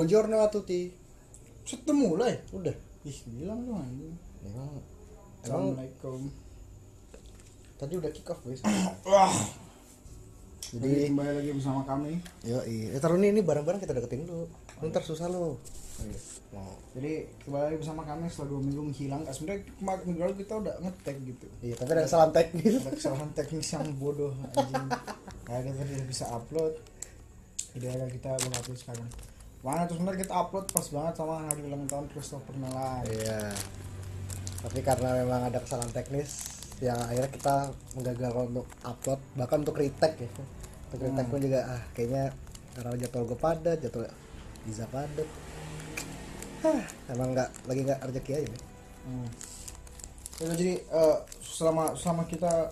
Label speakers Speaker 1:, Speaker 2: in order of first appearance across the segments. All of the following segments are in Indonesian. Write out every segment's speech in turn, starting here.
Speaker 1: Buongiorno a tutti.
Speaker 2: Sudah mulai.
Speaker 1: Udah.
Speaker 2: Ih, bilang dong anjing.
Speaker 1: Emang
Speaker 2: Assalamualaikum.
Speaker 1: tadi udah kick off guys.
Speaker 2: Jadi kembali lagi bersama kami.
Speaker 1: Taruh ini barang-barang kita deketin dulu. Ntar susah lo.
Speaker 2: Jadi kembali lagi bersama kami setelah 2 minggu menghilang. Sebenarnya kemarin minggu lalu kita udah nge-tag gitu.
Speaker 1: Iya, tapi ada kesalahan teknis.
Speaker 2: Ada kesalahan teknis yang bodoh anjing. Kayak kita tidak bisa upload. Idealnya kita upload sekarang. Mana terus sebenarnya kita upload pas banget sama hari ulang tahun Christopher Nolan.
Speaker 1: Iya. Tapi karena memang ada kesalahan teknis, yang akhirnya kita menggagalkan untuk upload, bahkan untuk retake ya. Untuk retake pun juga kayaknya karena jadwal gue padat, jadwal Iza padat. Emang lagi nggak rezeki aja nih.
Speaker 2: Ya, jadi selama kita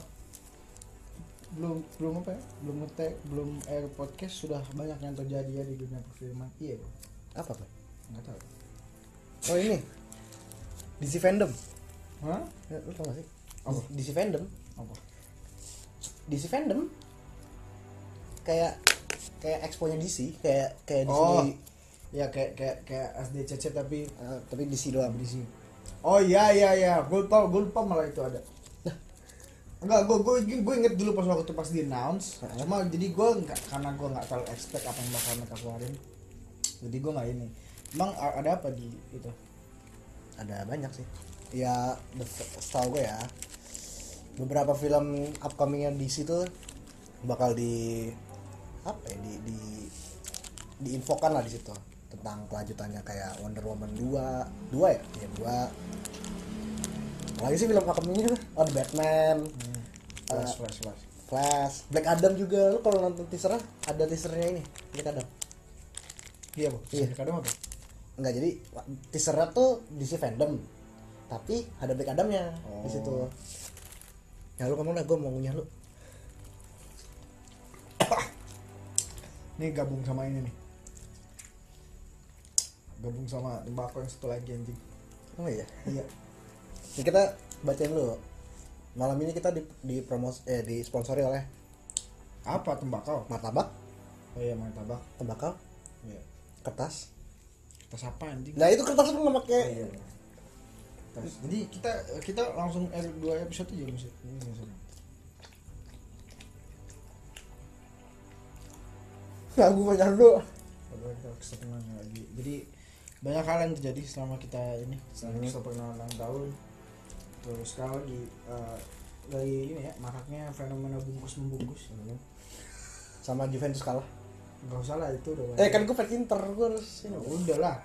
Speaker 2: belum apa ya, belum ngetek, belum air podcast, sudah banyak yang terjadi ya di dunia perfilman. Iya bro.
Speaker 1: Apa tuh?
Speaker 2: Nggak tahu.
Speaker 1: Oh ini DC Fandom.
Speaker 2: Hah?
Speaker 1: Ya, lu tau gak sih?
Speaker 2: Apa?
Speaker 1: DC Fandom.
Speaker 2: Apa?
Speaker 1: DC Fandom kayak expo-nya DC, kayak DC.
Speaker 2: Oh. Ya kayak SDCC tapi
Speaker 1: DC doang.
Speaker 2: DC. Oh iya. Gue lupa malah itu ada. Enggak, gue inget dulu pas waktu pas di announce. Cuma jadi gue karena gue nggak terlalu expect apa yang bakal mereka keluarin. Jadi gue nggak ini. Emang ada apa di itu?
Speaker 1: Ada banyak sih. Ya, setahu gue ya, beberapa film upcomingnya DC tuh bakal diinfokan lah di situ tentang kelanjutannya, kayak Wonder Woman 2 ya? Iya 2. Lagi sih film upcomingnya The Batman, Flash, Black Adam juga. Lu kalau nonton teasernya, ada teasernya ini Black Adam.
Speaker 2: Iya bu.
Speaker 1: Iya.
Speaker 2: Black Adam apa?
Speaker 1: Enggak, jadi teasernya tuh DC Fandom, tapi ada Black Adamnya di situ. Ya lu kamu lah, gue mau ngunyah lu.
Speaker 2: Ini gabung sama ini nih. Gabung sama tembakau yang satu lagi anjing.
Speaker 1: Oh iya.
Speaker 2: Iya.
Speaker 1: Ini kita bacain dulu. Malam ini kita disponsori oleh
Speaker 2: Apa tembakau?
Speaker 1: martabak,
Speaker 2: Oh iya, martabak.
Speaker 1: tembakau,
Speaker 2: Iya.
Speaker 1: kertas.
Speaker 2: Kertas apa anjing?
Speaker 1: Nah itu kertas lu nggak
Speaker 2: Oh,
Speaker 1: pakai.
Speaker 2: iya. Kertas. Jadi kita langsung 2 episode aja mesti.
Speaker 1: Nggak, gue baca dulu.
Speaker 2: Padahal kita kesetengan lagi. Jadi banyak hal yang terjadi selama kita ini, selama kita pernah ulang tahun. Terus sekarang lagi ini ya, maraknya fenomena bungkus membungkus.
Speaker 1: Sama Juventus kalah.
Speaker 2: Gak usah lah itu udah.
Speaker 1: Kan gue fans Inter, gue harus ini.
Speaker 2: Udah lah.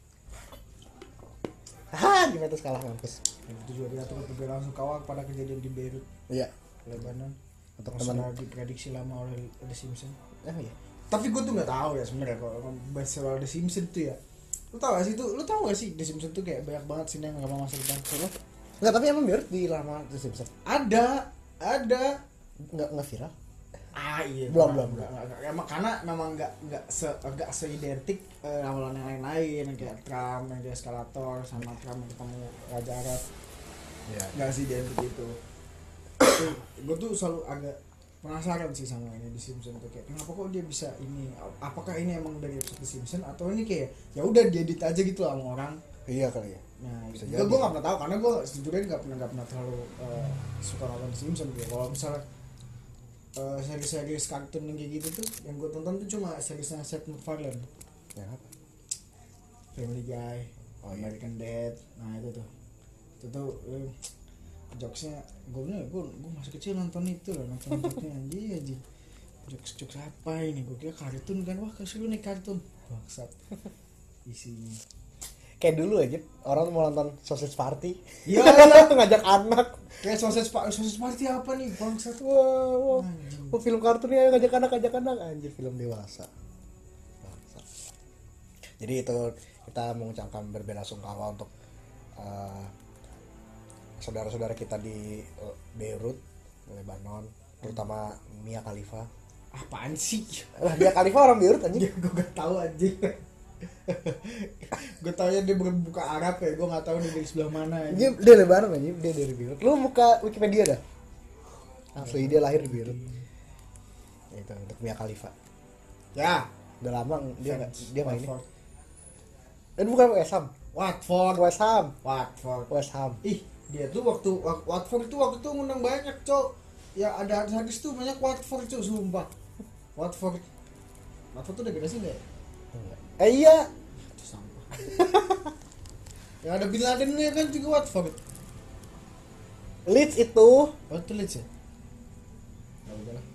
Speaker 1: Juventus kalah mampus.
Speaker 2: Itu juga kita turut berlangsung kawal pada kejadian di Beirut,
Speaker 1: Iya.
Speaker 2: Lebanon.
Speaker 1: Untuk
Speaker 2: Yang
Speaker 1: teman.
Speaker 2: sudah diprediksi lama oleh The Simpsons.
Speaker 1: Iya.
Speaker 2: Tapi gue tuh nggak tahu ya sebenarnya kalau bahas soal The Simpsons tuh ya. Lu tau gak sih The Simpsons tuh kayak banyak banget sih yang nggak mau masuk depan.
Speaker 1: Enggak, tapi emang Beirut di lama The Simpsons.
Speaker 2: Ada.
Speaker 1: Nggak viral.
Speaker 2: Iya.
Speaker 1: Belum.
Speaker 2: Emang karena memang nggak seidentik lawan yang lain yang kayak Trump yang di eskalator sama Trump yang ketemu Raja Arab.
Speaker 1: Iya.
Speaker 2: Nggak seidentik itu. Gue tuh selalu agak penasaran sih sama ini di Simpsons tuh, kayak kenapa kok dia bisa ini, apakah ini emang dari episode The Simpsons atau ini kayak ya udah diedit aja gitu lah sama orang.
Speaker 1: Iya kali ya.
Speaker 2: Nah
Speaker 1: Bisa
Speaker 2: gue
Speaker 1: jadi.
Speaker 2: nggak pernah tahu karena gue sejujurnya nggak pernah terlalu suka nonton The Simpsons gitu. Kalau misalnya seri-seri kartun yang kayak gitu tuh yang gue tonton tuh cuma seriesnya Seth MacFarlane,
Speaker 1: Ya apa?
Speaker 2: Family Guy, American Dad. Nah itu tuh jokesnya gue masih kecil nonton itu loh, nonton jokesnya anjing jokes apa ini, gue kira kartun kan, wah kasih lu nih kartun bangsat isinya.
Speaker 1: Kayak dulu aja orang mau nonton Sausage Party.
Speaker 2: Iya.
Speaker 1: Ngajak anak.
Speaker 2: Kayak sausage party apa nih bangsat.
Speaker 1: Wah, film kartunnya ngajak anak anjir, film dewasa. Bangsat. Jadi itu kita mengucapkan berbela-sungkawa untuk saudara-saudara kita di Beirut, Lebanon, terutama Mia Khalifa.
Speaker 2: Apaan sih?
Speaker 1: Lah, Mia Khalifa orang Beirut anjing.
Speaker 2: Gue gak tahu anjing. Gue taunya dia buka Arab ya, gue gak tahu dia dari sebelah mana ya.
Speaker 1: Dia Lebanon anjing, dia dari Beirut. Lu buka Wikipedia dah. Asli dia lahir di Beirut. Itu untuk Mia Khalifa.
Speaker 2: Ya,
Speaker 1: Udah lama dia main ini. Bukan West Ham.
Speaker 2: Watford.
Speaker 1: West Ham.
Speaker 2: Watford.
Speaker 1: West Ham.
Speaker 2: Ih, dia tuh waktu Watford itu waktu itu ngundang banyak, Cok. Ya ada hadis tuh banyak Watford, Cok, sumpah. Watford. Watford tuh udah gede sih enggak ya?
Speaker 1: Iya.
Speaker 2: Itu sampah. Yang ada Bin Laden ya kan juga Watford.
Speaker 1: Leeds itu.
Speaker 2: Oh, itu Leeds ya? Enggak udah lah.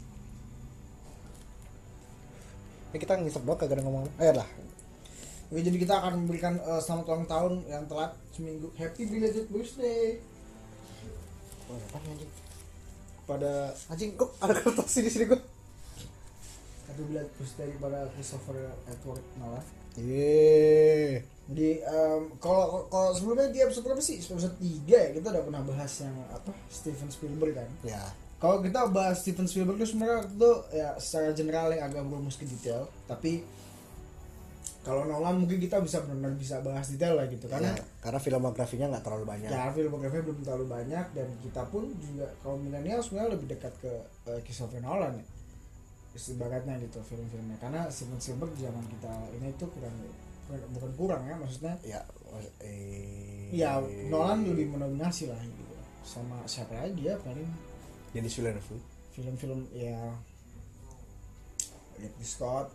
Speaker 1: Ini kita ngisep doang kagak ada ngomong. Ayo lah.
Speaker 2: Oke, jadi kita akan memberikan selamat ulang tahun yang telat seminggu. Happy belated birthday
Speaker 1: Oh, apa nih anjing?
Speaker 2: pada
Speaker 1: Anjing kok ada kertas di sini gua.
Speaker 2: happy belated birthday kepada Christopher Edward Nolan.
Speaker 1: Yeay.
Speaker 2: Jadi kalau sebelumnya di episode berapa sih? Episode 3 ya kita udah pernah bahas yang apa? Steven Spielberg kan.
Speaker 1: Ya.
Speaker 2: Kalau kita bahas Steven Spielberg itu sebenarnya itu ya secara general yang agak belum ke detail, tapi kalau Nolan mungkin kita bisa benar-benar bisa bahas detail lah gitu karena
Speaker 1: karena filmografinya nggak terlalu banyak.
Speaker 2: ya filmografinya belum terlalu banyak dan kita pun juga kalau milenial sebenarnya lebih dekat ke Christopher Nolan ya ibaratnya gitu film-filmnya karena Steven Spielberg zaman kita ini tuh bukan kurang ya maksudnya
Speaker 1: Ya.
Speaker 2: ya Nolan lebih mendominasi lah gitu sama siapa lagi ya paling
Speaker 1: Jadi Villeneuve.
Speaker 2: film-film ya Ridley Scott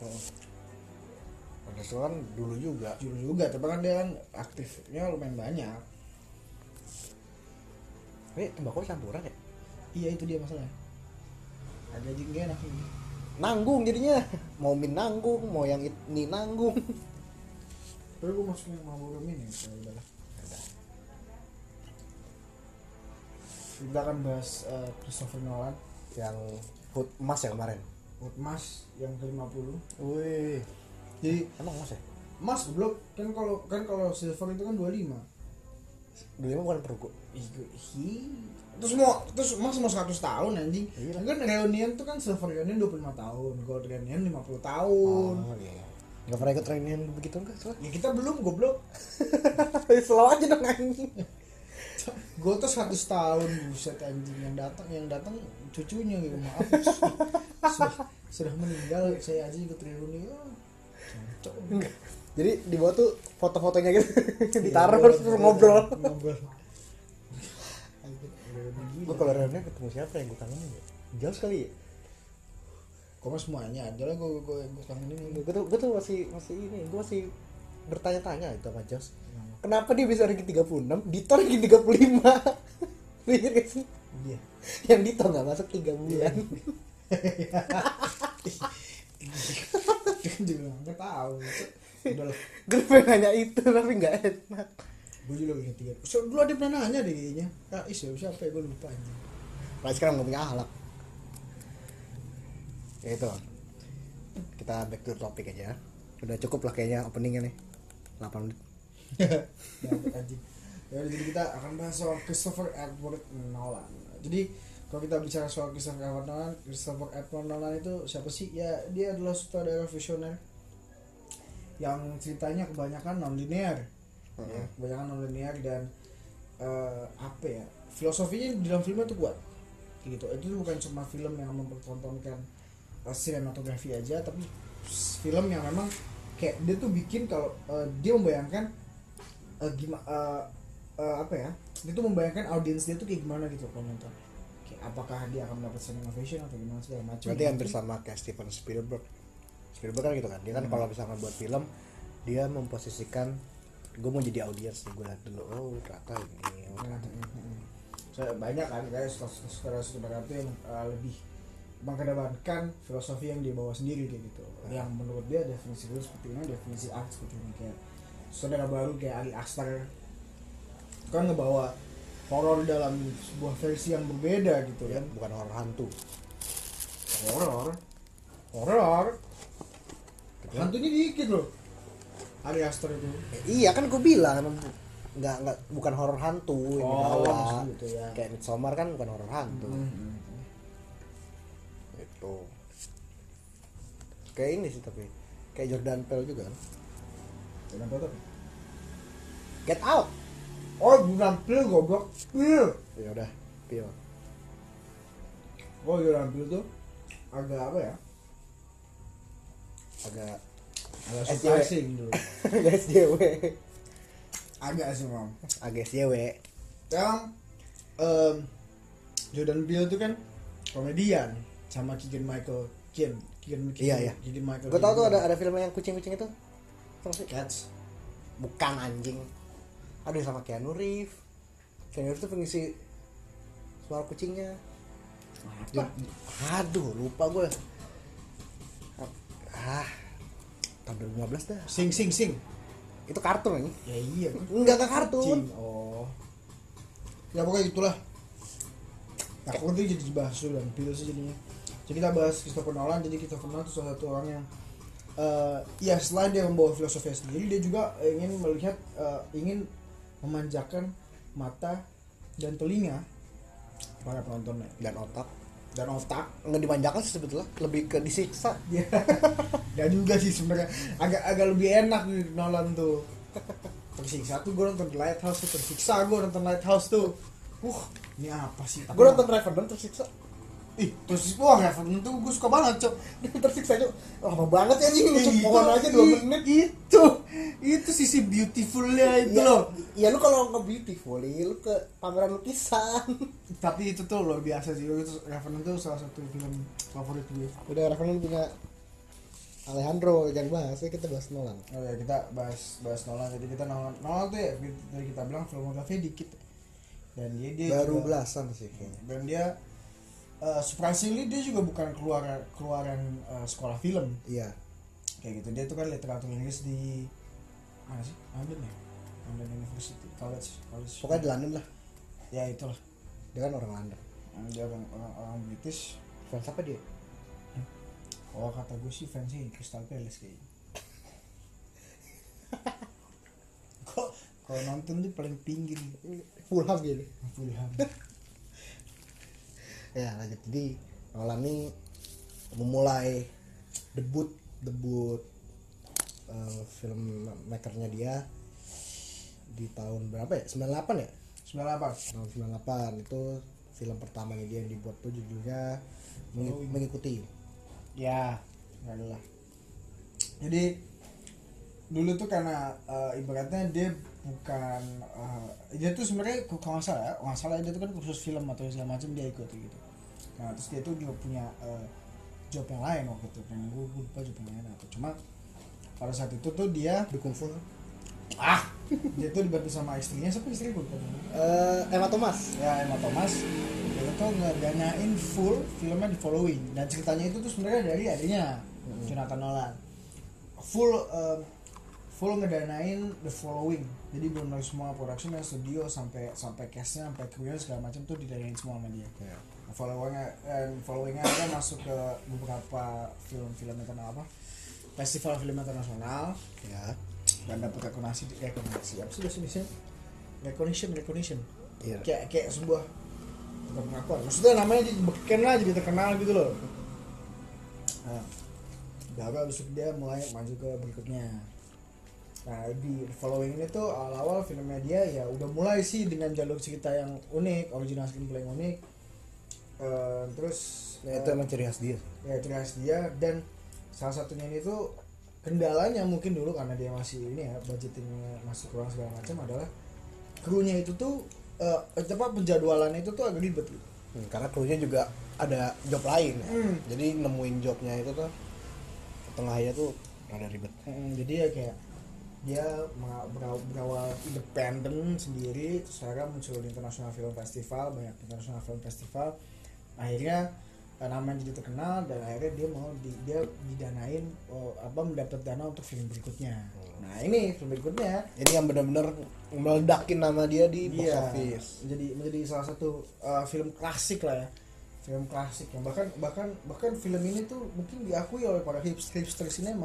Speaker 1: Padahal kan dulu juga.
Speaker 2: tapi kan dia kan aktifnya lumayan banyak.
Speaker 1: Tembakau campuran ya?
Speaker 2: Iya itu dia masalahnya agak jingga enak ini.
Speaker 1: Nanggung jadinya. Mau min nanggung, mau yang ini nanggung.
Speaker 2: Tapi gue masukin yang mau ini ya udah lah. Kita akan bahas Christopher Nolan
Speaker 1: Yang Hood emas ya kemarin.
Speaker 2: Hood Mas yang ke-50.
Speaker 1: Wih.
Speaker 2: Jadi
Speaker 1: Emang emas ya?
Speaker 2: Mas goblok kan kalau silver itu kan 25.
Speaker 1: Dulu emang bukan perunggu.
Speaker 2: Terus Mas mau 100 tahun anjing.
Speaker 1: Iya.
Speaker 2: Kan reunion tuh kan silver reunion 25 tahun, gold reunion 50 tahun.
Speaker 1: Oh iya. Gak pernah ikut training begitu enggak?
Speaker 2: Ya kita belum goblok.
Speaker 1: Slow aja dong anjing.
Speaker 2: Gue tuh 100 tahun buset anjing yang datang cucunya gitu maaf sudah meninggal saya aja ikut reuni.
Speaker 1: Enggak. Jadi di bawah tuh foto-fotonya gitu ditaruh terus ngobrol. Gue kalau reuni ketemu siapa yang gue kangenin ya? Jauh sekali ya?
Speaker 2: Kok semuanya aja lah gue kangenin.
Speaker 1: Gue tuh masih ini, gue masih bertanya-tanya itu sama Jos. Kenapa dia bisa ranking 36, Dito ranking 35? Lu inget gak sih?
Speaker 2: Iya.
Speaker 1: Yang Dito gak masuk 3 bulan.
Speaker 2: Kan juga nggak tahu. Udah lah.
Speaker 1: Gue pengen nanya itu tapi gak enak.
Speaker 2: Gue juga ingat 3. So, dulu ada pernah nanya deh kayaknya. Siapa ya gue lupa aja.
Speaker 1: Nah sekarang gak punya akhlak. Ya itu. Kita back to topic aja. Udah cukup lah kayaknya openingnya nih 8 menit.
Speaker 2: Anjing. Ya, jadi kita akan bahas soal Christopher Edward Nolan. Jadi kalau kita bicara soal Christopher Edward Nolan itu siapa sih? Ya dia adalah sutradara visioner yang ceritanya kebanyakan non-linear. Ya, kebanyakan non-linear dan apa ya? Filosofinya di dalam filmnya tuh kuat. Gitu. Itu bukan cuma film yang mempertontonkan sinematografi aja, tapi film yang memang kayak dia tuh bikin kalau dia membayangkan apa ya? Dia tuh membayangkan audiens dia tuh kayak gimana gitu kalau nonton. Kayak apakah dia akan mendapat standing ovation atau gimana segala macam.
Speaker 1: Berarti hampir sama kayak Steven Spielberg. Spielberg kan gitu kan. Dia kan kalau misalkan buat film dia memposisikan gue mau jadi audiens nih, gue lihat dulu ternyata ini
Speaker 2: So, banyak kan kayak saudara itu yang lebih mengedepankan filosofi yang dia bawa sendiri kayak gitu. Yang menurut dia definisi film seperti ini, definisi art seperti ini. Kayak saudara baru kayak Ali Aster kan ngebawa horor dalam sebuah versi yang berbeda gitu
Speaker 1: ya,
Speaker 2: kan.
Speaker 1: bukan horor hantu.
Speaker 2: Horor hantunya dikit loh Ari Aster itu.
Speaker 1: Iya kan gue bilang nggak bukan horor hantu ini bawa
Speaker 2: gitu ya.
Speaker 1: kayak Midsommar kan bukan horor hantu. Itu kayak ini sih tapi kayak Jordan Peele juga kan.
Speaker 2: Jordan Peele apa?
Speaker 1: Get Out.
Speaker 2: Oh Jordan Peele goblok.
Speaker 1: Ya udah Peele.
Speaker 2: Oh Jordan Peele tuh agak apa ya?
Speaker 1: Agak
Speaker 2: Agak
Speaker 1: SJW.
Speaker 2: surprising dulu.
Speaker 1: SJW.
Speaker 2: Agak sih mam.
Speaker 1: Agak SJW.
Speaker 2: Yang Jordan Peele tuh kan komedian sama Keegan Michael
Speaker 1: Iya.
Speaker 2: Keegan Michael.
Speaker 1: Gue tau tuh ada film yang kucing-kucing itu. Apa sih?
Speaker 2: Cats.
Speaker 1: Bukan anjing. Aduh sama Keanu Reeves. Keanu Reeves tuh pengisi suara kucingnya.
Speaker 2: Apa?
Speaker 1: Aduh lupa gue. Tahun 2015 dah.
Speaker 2: Sing.
Speaker 1: Itu kartun ini.
Speaker 2: Ya iya.
Speaker 1: Enggak kartun.
Speaker 2: Oh. Ya pokoknya itulah. Nah, aku nanti jadi bahas dan Peele sih jadinya. Jadi kita bahas Christopher Nolan. Jadi Christopher Nolan itu salah satu orang yang ya selain dia membawa filosofi sendiri, dia juga ingin memanjakan mata dan telinga para penontonnya
Speaker 1: Dan otak. Nggak dimanjakan sih sebetulnya, lebih ke disiksa.
Speaker 2: Dan juga sih sebenarnya agak lebih enak di Nolan tuh. Tersiksa tuh gue nonton Lighthouse tuh, tersiksa gue nonton Lighthouse tuh. Ini apa sih?
Speaker 1: Gue nonton Revenant tersiksa.
Speaker 2: Terus wah Revenant tuh gue suka banget, Cok.
Speaker 1: Tersiksa Cok. Lama banget ya anjing, ngecek pohon aja 2 menit.
Speaker 2: Itu sisi beautifulnya itu loh.
Speaker 1: Iya lu kalau nge-beautiful, lu ke pameran lukisan.
Speaker 2: Tapi itu tuh luar biasa sih. Itu Revenant tuh salah satu film favorit gue.
Speaker 1: Udah Revenant punya Alejandro, jangan bahas ya, kita bahas Nolan.
Speaker 2: Oh ya, kita bahas Nolan. Jadi kita Nolan tuh ya dari kita bilang filmografi dikit. Dan dia
Speaker 1: baru
Speaker 2: juga,
Speaker 1: belasan sih kayaknya.
Speaker 2: Dan dia surprisingly dia juga bukan keluaran sekolah film.
Speaker 1: Iya.
Speaker 2: Kayak gitu. Dia tuh kan literatur Inggris di mana sih? London ya? London University College.
Speaker 1: Pokoknya di London lah.
Speaker 2: Ya itulah.
Speaker 1: Dia kan orang London.
Speaker 2: Dia orang British.
Speaker 1: Fans apa dia?
Speaker 2: Oh kata gue sih fansnya Crystal Palace kayaknya. Kok kalau nonton tuh paling tinggi nih.
Speaker 1: Fulham gitu.
Speaker 2: Fulham.
Speaker 1: Ya lanjut. Jadi Nolan nih memulai debut film makernya dia di tahun berapa ya? 98 ya?
Speaker 2: 98.
Speaker 1: Tahun 98 itu film pertamanya dia yang dibuat tuh judulnya Mengikuti.
Speaker 2: Ya, adalah. Jadi dulu tuh karena ibaratnya dia bukan dia tuh sebenarnya kalau nggak salah dia tuh kan kursus film atau segala macam dia ikut gitu. Nah terus dia tuh juga punya job yang lain waktu itu, yang gue lupa job yang lain apa. Cuma pada saat itu tuh dia
Speaker 1: Di Kung Fu.
Speaker 2: dia tuh dibantu sama istrinya, siapa istri gue lupa.
Speaker 1: Emma Thomas.
Speaker 2: Ya Emma Thomas. Dia tuh ngedanain full filmnya The Following, dan ceritanya itu tuh sebenarnya dari adanya Jonathan Nolan. Full ngedanain The Following, jadi benar semua production dan studio sampai castnya sampai krunya segala macam tuh didanain semua sama dia.
Speaker 1: Ya.
Speaker 2: Followingnya ada masuk ke beberapa film festival film internasional
Speaker 1: Ya.
Speaker 2: dan dapat recognition apa sih bahasa recognition.
Speaker 1: Iya.
Speaker 2: Kayak sebuah pengakuan, maksudnya namanya jadi terkenal gitu loh. Nah, baru abis itu dia mulai maju ke berikutnya. Nah di Following ini tuh awal filmnya dia ya udah mulai sih dengan jalur cerita yang unik, original screenplay yang unik. Terus
Speaker 1: Ya, itu emang ciri khas dia.
Speaker 2: Ya ciri khas dia, dan salah satunya ini tuh kendalanya mungkin dulu karena dia masih ini ya, budgetingnya masih kurang segala macam, adalah krunya itu tuh penjadwalannya itu tuh agak ribet gitu.
Speaker 1: Karena krunya juga ada job lain ya. Jadi nemuin jobnya itu tuh tengahnya tuh ada ribet.
Speaker 2: Jadi ya kayak dia berawal independen sendiri, terus akhirnya muncul di International Film Festival, banyak International Film Festival, akhirnya namanya jadi terkenal, dan akhirnya dia didanain mendapat dana untuk film berikutnya. Nah ini film berikutnya
Speaker 1: Ini yang benar-benar meledakin nama dia di box
Speaker 2: iya,
Speaker 1: office.
Speaker 2: menjadi salah satu film klasik lah ya, film klasik yang bahkan film ini tuh mungkin diakui oleh para hipster cinema.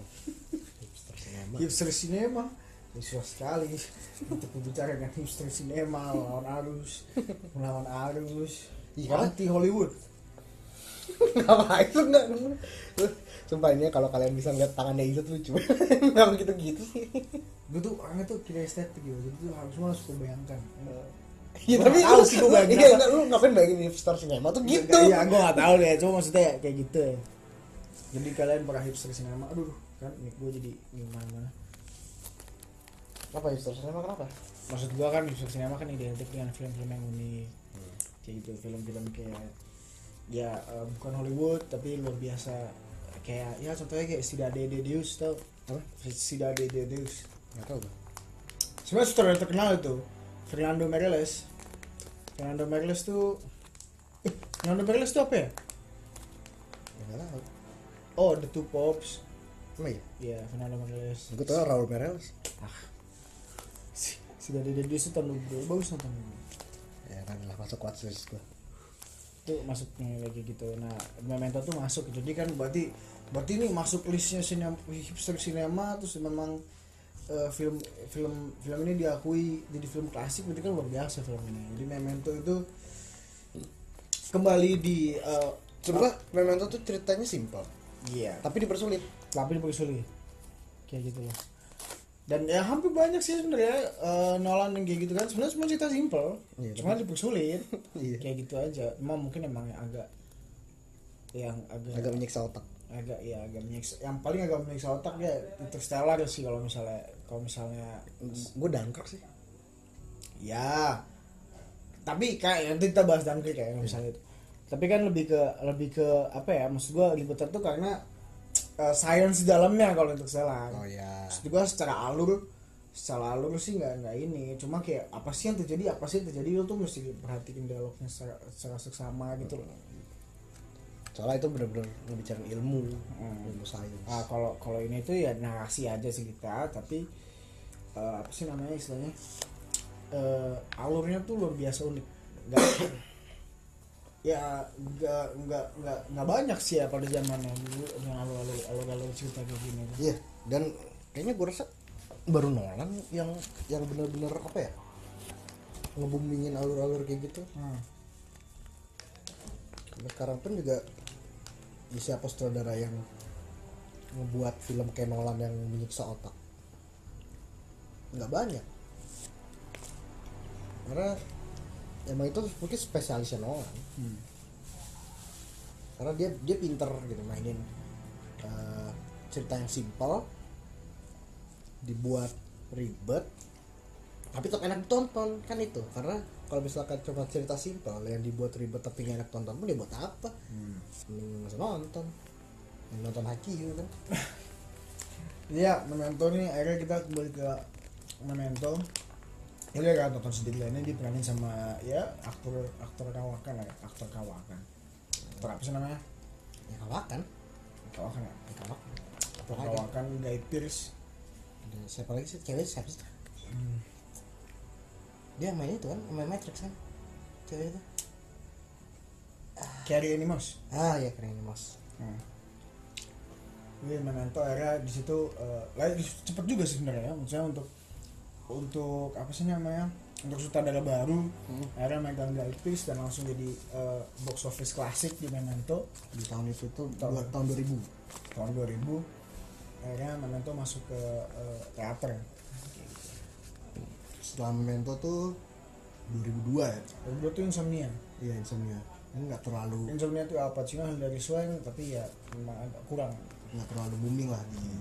Speaker 2: Hipster cinema susah sekali untuk berbicara dengan hipster cinema, melawan arus
Speaker 1: Iya,
Speaker 2: anti Hollywood.
Speaker 1: Ngapain lu enggak? Sumpah ini kalau kalian bisa ngeliat tangannya itu lucu. Enggak begitu-gitu sih.
Speaker 2: Gue tuh orangnya tuh kira estetik gitu, jadi tuh harus bayangkan.
Speaker 1: Iya
Speaker 2: Gua
Speaker 1: tapi
Speaker 2: nggak tahu sih gue bayangin
Speaker 1: iya,
Speaker 2: apa.
Speaker 1: lu ngapain bayangin hipster cinema tuh gitu.
Speaker 2: Iya gue nggak tahu deh, cuma maksudnya kayak gitu ya. Jadi kalian para hipster cinema, aduh kan mic gue jadi gimana.
Speaker 1: Apa user cinema kenapa?
Speaker 2: Maksud gue kan user cinema kan identik dengan film-film yang unik, kayak gitu, film-film kayak ya bukan Hollywood tapi luar biasa, kayak ya contohnya kayak Cidade de Deus, tau
Speaker 1: Apa?
Speaker 2: Cidade de Deus.
Speaker 1: Nggak tahu gue.
Speaker 2: Sebenarnya sutradara terkenal itu Fernando Meirelles. Fernando Meirelles tuh apa ya?
Speaker 1: Ya, nggak tahu.
Speaker 2: Oh, The Two Popes.
Speaker 1: Emang iya?
Speaker 2: Iya, Fernando Meirelles.
Speaker 1: Gue tau Raul Meirelles.
Speaker 2: Cidade de Deus itu tahun 2000, bagus nonton.
Speaker 1: Ya kan lah masuk watchlist gue.
Speaker 2: Itu masuknya lagi gitu. Nah, Memento tuh masuk, jadi kan berarti ini masuk listnya hipster cinema, terus memang film ini diakui jadi film klasik, berarti kan luar biasa film ini. Jadi Memento itu kembali di
Speaker 1: Coba Memento tuh ceritanya simpel,
Speaker 2: iya,
Speaker 1: tapi dipersulit.
Speaker 2: dipersulit kayak gitu loh. Dan ya hampir banyak sih sebenarnya Nolan yang kayak gitu kan, sebenarnya semua cerita simpel,
Speaker 1: Iya,
Speaker 2: cuma dipersulit.
Speaker 1: Iya.
Speaker 2: Kayak gitu aja. Cuma mungkin emang
Speaker 1: Agak menyiksa otak.
Speaker 2: agak menyiksa. Yang paling agak menyiksa otak ya Interstellar sih kalau misalnya
Speaker 1: Gue Dunkirk sih.
Speaker 2: ya. Tapi kayak nanti kita bahas Dunkirk kayak misalnya itu. Tapi kan lebih ke apa ya? Maksud gua ribetnya tuh karena science di dalamnya kalau Interstellar.
Speaker 1: Oh ya.
Speaker 2: Maksud gua secara alur sih nggak ini, cuma kayak apa sih yang terjadi lu tuh mesti perhatiin dialognya secara seksama gitu loh.
Speaker 1: Soalnya itu benar-benar ngebicarain ilmu sains.
Speaker 2: Ah, kalau ini tuh ya narasi aja sih kita, tapi apa sih namanya istilahnya, alurnya tuh luar biasa unik. Nggak banyak sih ya pada zamannya dulu yang alur cerita kayak gini.
Speaker 1: Iya, dan kayaknya gue rasa baru Nolan yang benar-benar apa ya, ngebumingin alur-alur kayak gitu. Karena sekarang pun juga siapa sutradara yang ngebuat film kayak Nolan yang menyiksa otak? Nggak banyak. Karena emang itu mungkin spesialisnya Nolan. Karena dia pinter gitu mainin cerita yang simpel, dibuat ribet, tapi tetap enak ditonton kan itu. Karena kalau misalkan cuma cerita simpel yang dibuat ribet tapi gak enak tonton pun dia buat apa? Mending nonton, nonton Haki gitu kan.
Speaker 2: Iya, Memento nih akhirnya kita kembali ke Memento. Ini kan tonton sendiri lainnya diperanin sama ya aktor kawakan lah ya, aktor kawakan. Aktor apa sih namanya?
Speaker 1: Ya kawakan
Speaker 2: Ya?
Speaker 1: Kawakan.
Speaker 2: Kawakan Guy Pearce.
Speaker 1: Ada siapa lagi sih? Cewek siapa sih? Dia main itu kan, main Matrix kan? Cewek itu.
Speaker 2: Carrie-Anne Moss.
Speaker 1: Ah ya, keren Mas.
Speaker 2: Ini Memento akhirnya di situ cepet juga sih sebenarnya ya. Maksudnya untuk apa sih namanya, untuk sutradara baru akhirnya megang Guy Pearce dan langsung jadi box office klasik di Memento
Speaker 1: Di tahun itu tuh tahun 2000.
Speaker 2: tahun 2000 akhirnya Memento masuk ke teater.
Speaker 1: Setelah Memento tuh 2002 ya.
Speaker 2: 2002 tuh Insomnia.
Speaker 1: Iya, Insomnia. Ini nggak terlalu
Speaker 2: Tuh Al Pacino, Hilary Swank, tapi ya memang agak kurang.
Speaker 1: nggak terlalu booming lah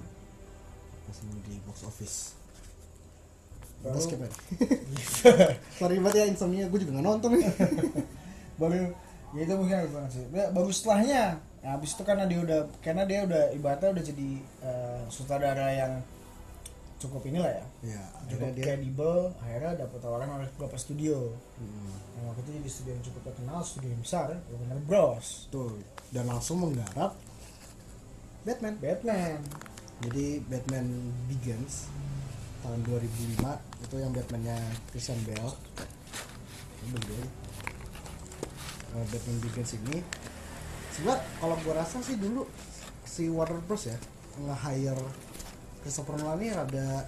Speaker 1: di box office.
Speaker 2: Baru-
Speaker 1: Basket man. Sorry banget ya Insomnia, gue juga nggak nonton nih.
Speaker 2: Baru ya itu mungkin agak banget sih. Baru setelahnya, nah, habis itu karena dia udah ibaratnya udah jadi sutradara yang cukup inilah ya,
Speaker 1: Ya,
Speaker 2: cukup
Speaker 1: akhirnya dia
Speaker 2: credible, akhirnya dapat tawaran oleh beberapa studio. Yang waktu itu jadi studio yang cukup terkenal, studio yang besar, Warner Bros.
Speaker 1: tuh dan langsung menggarap Batman. Jadi Batman Begins tahun 2005 itu yang Batman-nya Christian Bale. Batman Begins ini sebenarnya kalau gua rasa sih dulu si Warner Bros ya nge-hire Christopher Nolan ini rada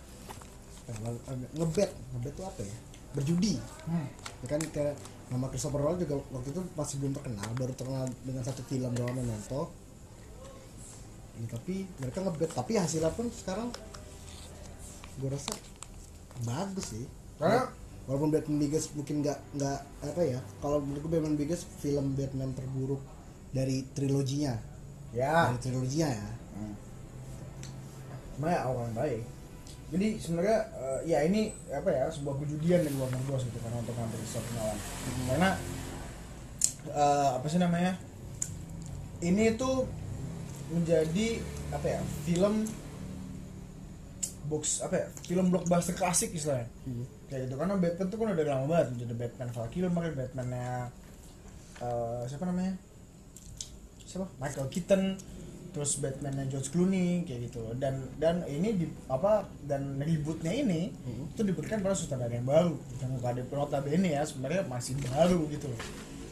Speaker 1: ngebet tuh apa ya, berjudi. Ya kan kayak nama Christopher Nolan juga waktu itu masih belum terkenal, baru terkenal dengan satu film doang, Memento. Ya, tapi mereka ngebet, tapi hasilnya pun sekarang gue rasa bagus sih.
Speaker 2: Karena
Speaker 1: Walaupun Batman Begins mungkin nggak apa ya, kalau menurut gue Batman Begins film Batman terburuk dari triloginya.
Speaker 2: ya
Speaker 1: Dari triloginya ya.
Speaker 2: Maya orang baik. Jadi sebenarnya ya ini apa ya, sebuah kejudian dari Warner Bros gitu karena untuk ngambil Christopher Nolan. Karena apa sih namanya, ini tuh menjadi apa ya, film box apa ya, film blockbuster klasik istilahnya. Kayak gitu, karena Batman tuh kan udah lama banget, udah Batman Val Kilmer, Batman-nya siapa namanya, Michael Keaton, terus Batman-nya George Clooney kayak gitu. Dan ini di apa, dan rebootnya ini itu diberikan pada sutradara yang baru, yang notabene ya sebenarnya masih baru gitu loh.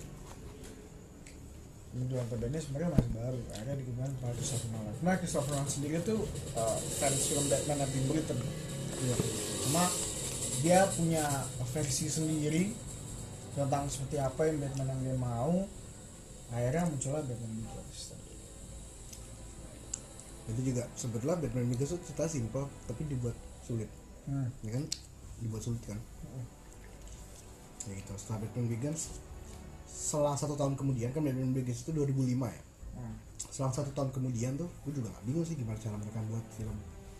Speaker 2: Notabene sebenarnya masih baru, akhirnya digunakan pada Christopher Nolan. Nah, Christopher Nolan sendiri tuh fans film Batman dari Britain. Cuma dia punya versi sendiri tentang seperti apa yang Batman yang dia mau. Akhirnya muncullah Batman Begins.
Speaker 1: Itu juga sebetulnya Batman Begins itu cerita simpel tapi dibuat sulit, ya kan, dibuat sulit kan. Ya gitu. Setelah Batman Begins, selang 1 tahun kemudian, kan Batman Begins itu 2005 ya. Selang 1 tahun kemudian tuh, gue juga gak bingung sih gimana cara mereka buat film.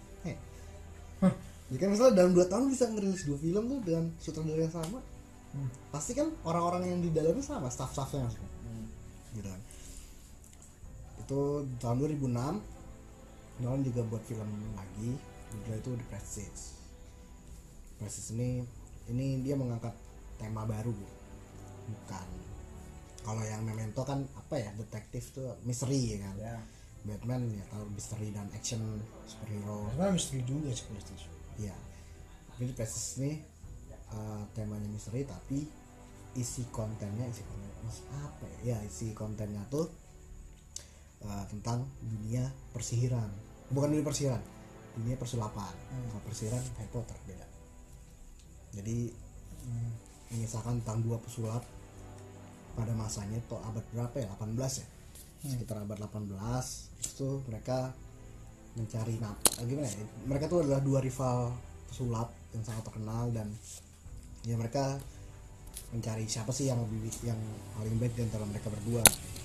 Speaker 1: Ya kan misalnya dalam 2 tahun bisa ngerilis 2 film tuh dengan sutradara yang sama. Pasti kan orang-orang yang di dalamnya sama, staff-staffnya semua. Gitu kan. Itu tahun 2006 Nolan juga buat film lagi, judulnya itu The Prestige. Prestige ini dia mengangkat tema baru, bukan kalau yang Memento kan apa ya, detektif tuh misteri ya kan. Batman ya tahu misteri dan action superhero.
Speaker 2: Sebenarnya misteri juga sih Prestige.
Speaker 1: Iya. Tapi Prestige ini temanya misteri tapi isi kontennya apa ya? Isi kontennya tuh tentang dunia persihiran. Bukan dunia persihiran, dunia persulapan. Kalau persihiran Harry Potter beda. Jadi mengisahkan tentang 2 pesulap pada masanya itu abad berapa ya? 18 ya. Sekitar abad 18 itu mereka mencari gimana ya? Mereka tuh adalah 2 rival pesulap yang sangat terkenal, dan ya mereka mencari siapa sih yang paling baik di antara mereka berdua.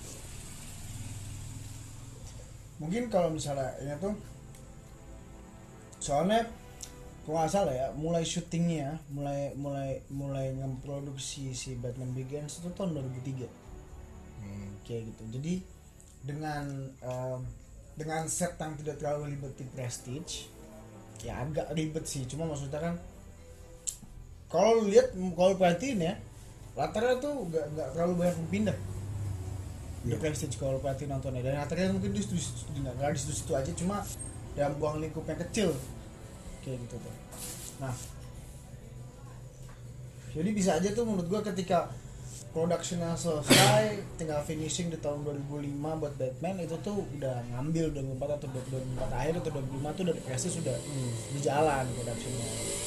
Speaker 2: Mungkin kalau misalnya ini tuh, soalnya kalau nggak salah ya, mulai syutingnya, mulai ngeproduksi si Batman Begins itu tahun 2003. Kayak gitu. Jadi dengan set yang tidak terlalu ribet di Prestige, ya agak ribet sih, cuma maksudnya kan kalau lihat, kalau perhatiin ya, latarnya tuh nggak terlalu banyak pindah. The Prestige kalau perhatiin nontonnya, dan latarnya mungkin di situ aja, cuma dalam buang lingkup yang kecil kayak gitu tuh. Nah, jadi bisa aja tuh menurut gua ketika productionnya selesai, tinggal finishing di tahun 2005 buat Batman, itu tuh udah ngambil 2004 atau 2004 akhir atau 2005 tuh dari Prestige sudah di jalan productionnya.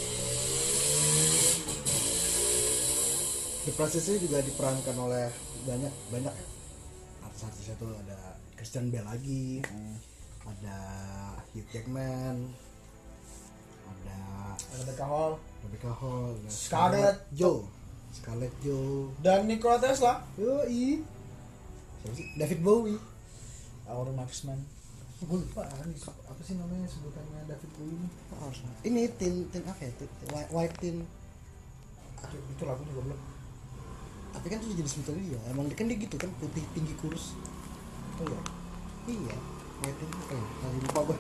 Speaker 1: The Prestige juga diperankan oleh banyak artis-artisnya tuh, ada Christian Bale lagi, ada Hugh Jackman, ada
Speaker 2: Rebecca Hall,
Speaker 1: Scarlett Joe,
Speaker 2: dan Nikola Tesla,
Speaker 1: yoi, siapa sih? David Bowie,
Speaker 2: Our Marksman. Gue lupa apa sih namanya sebutannya David Bowie
Speaker 1: ini tin apa ya, white tin.
Speaker 2: Itu lagu juga belum.
Speaker 1: Tapi kan itu jadi sebetulnya dia, emang dia kan dia gitu kan, putih tinggi kurus. Oh ya, iya, white tin apa ya? Tadi lupa gue.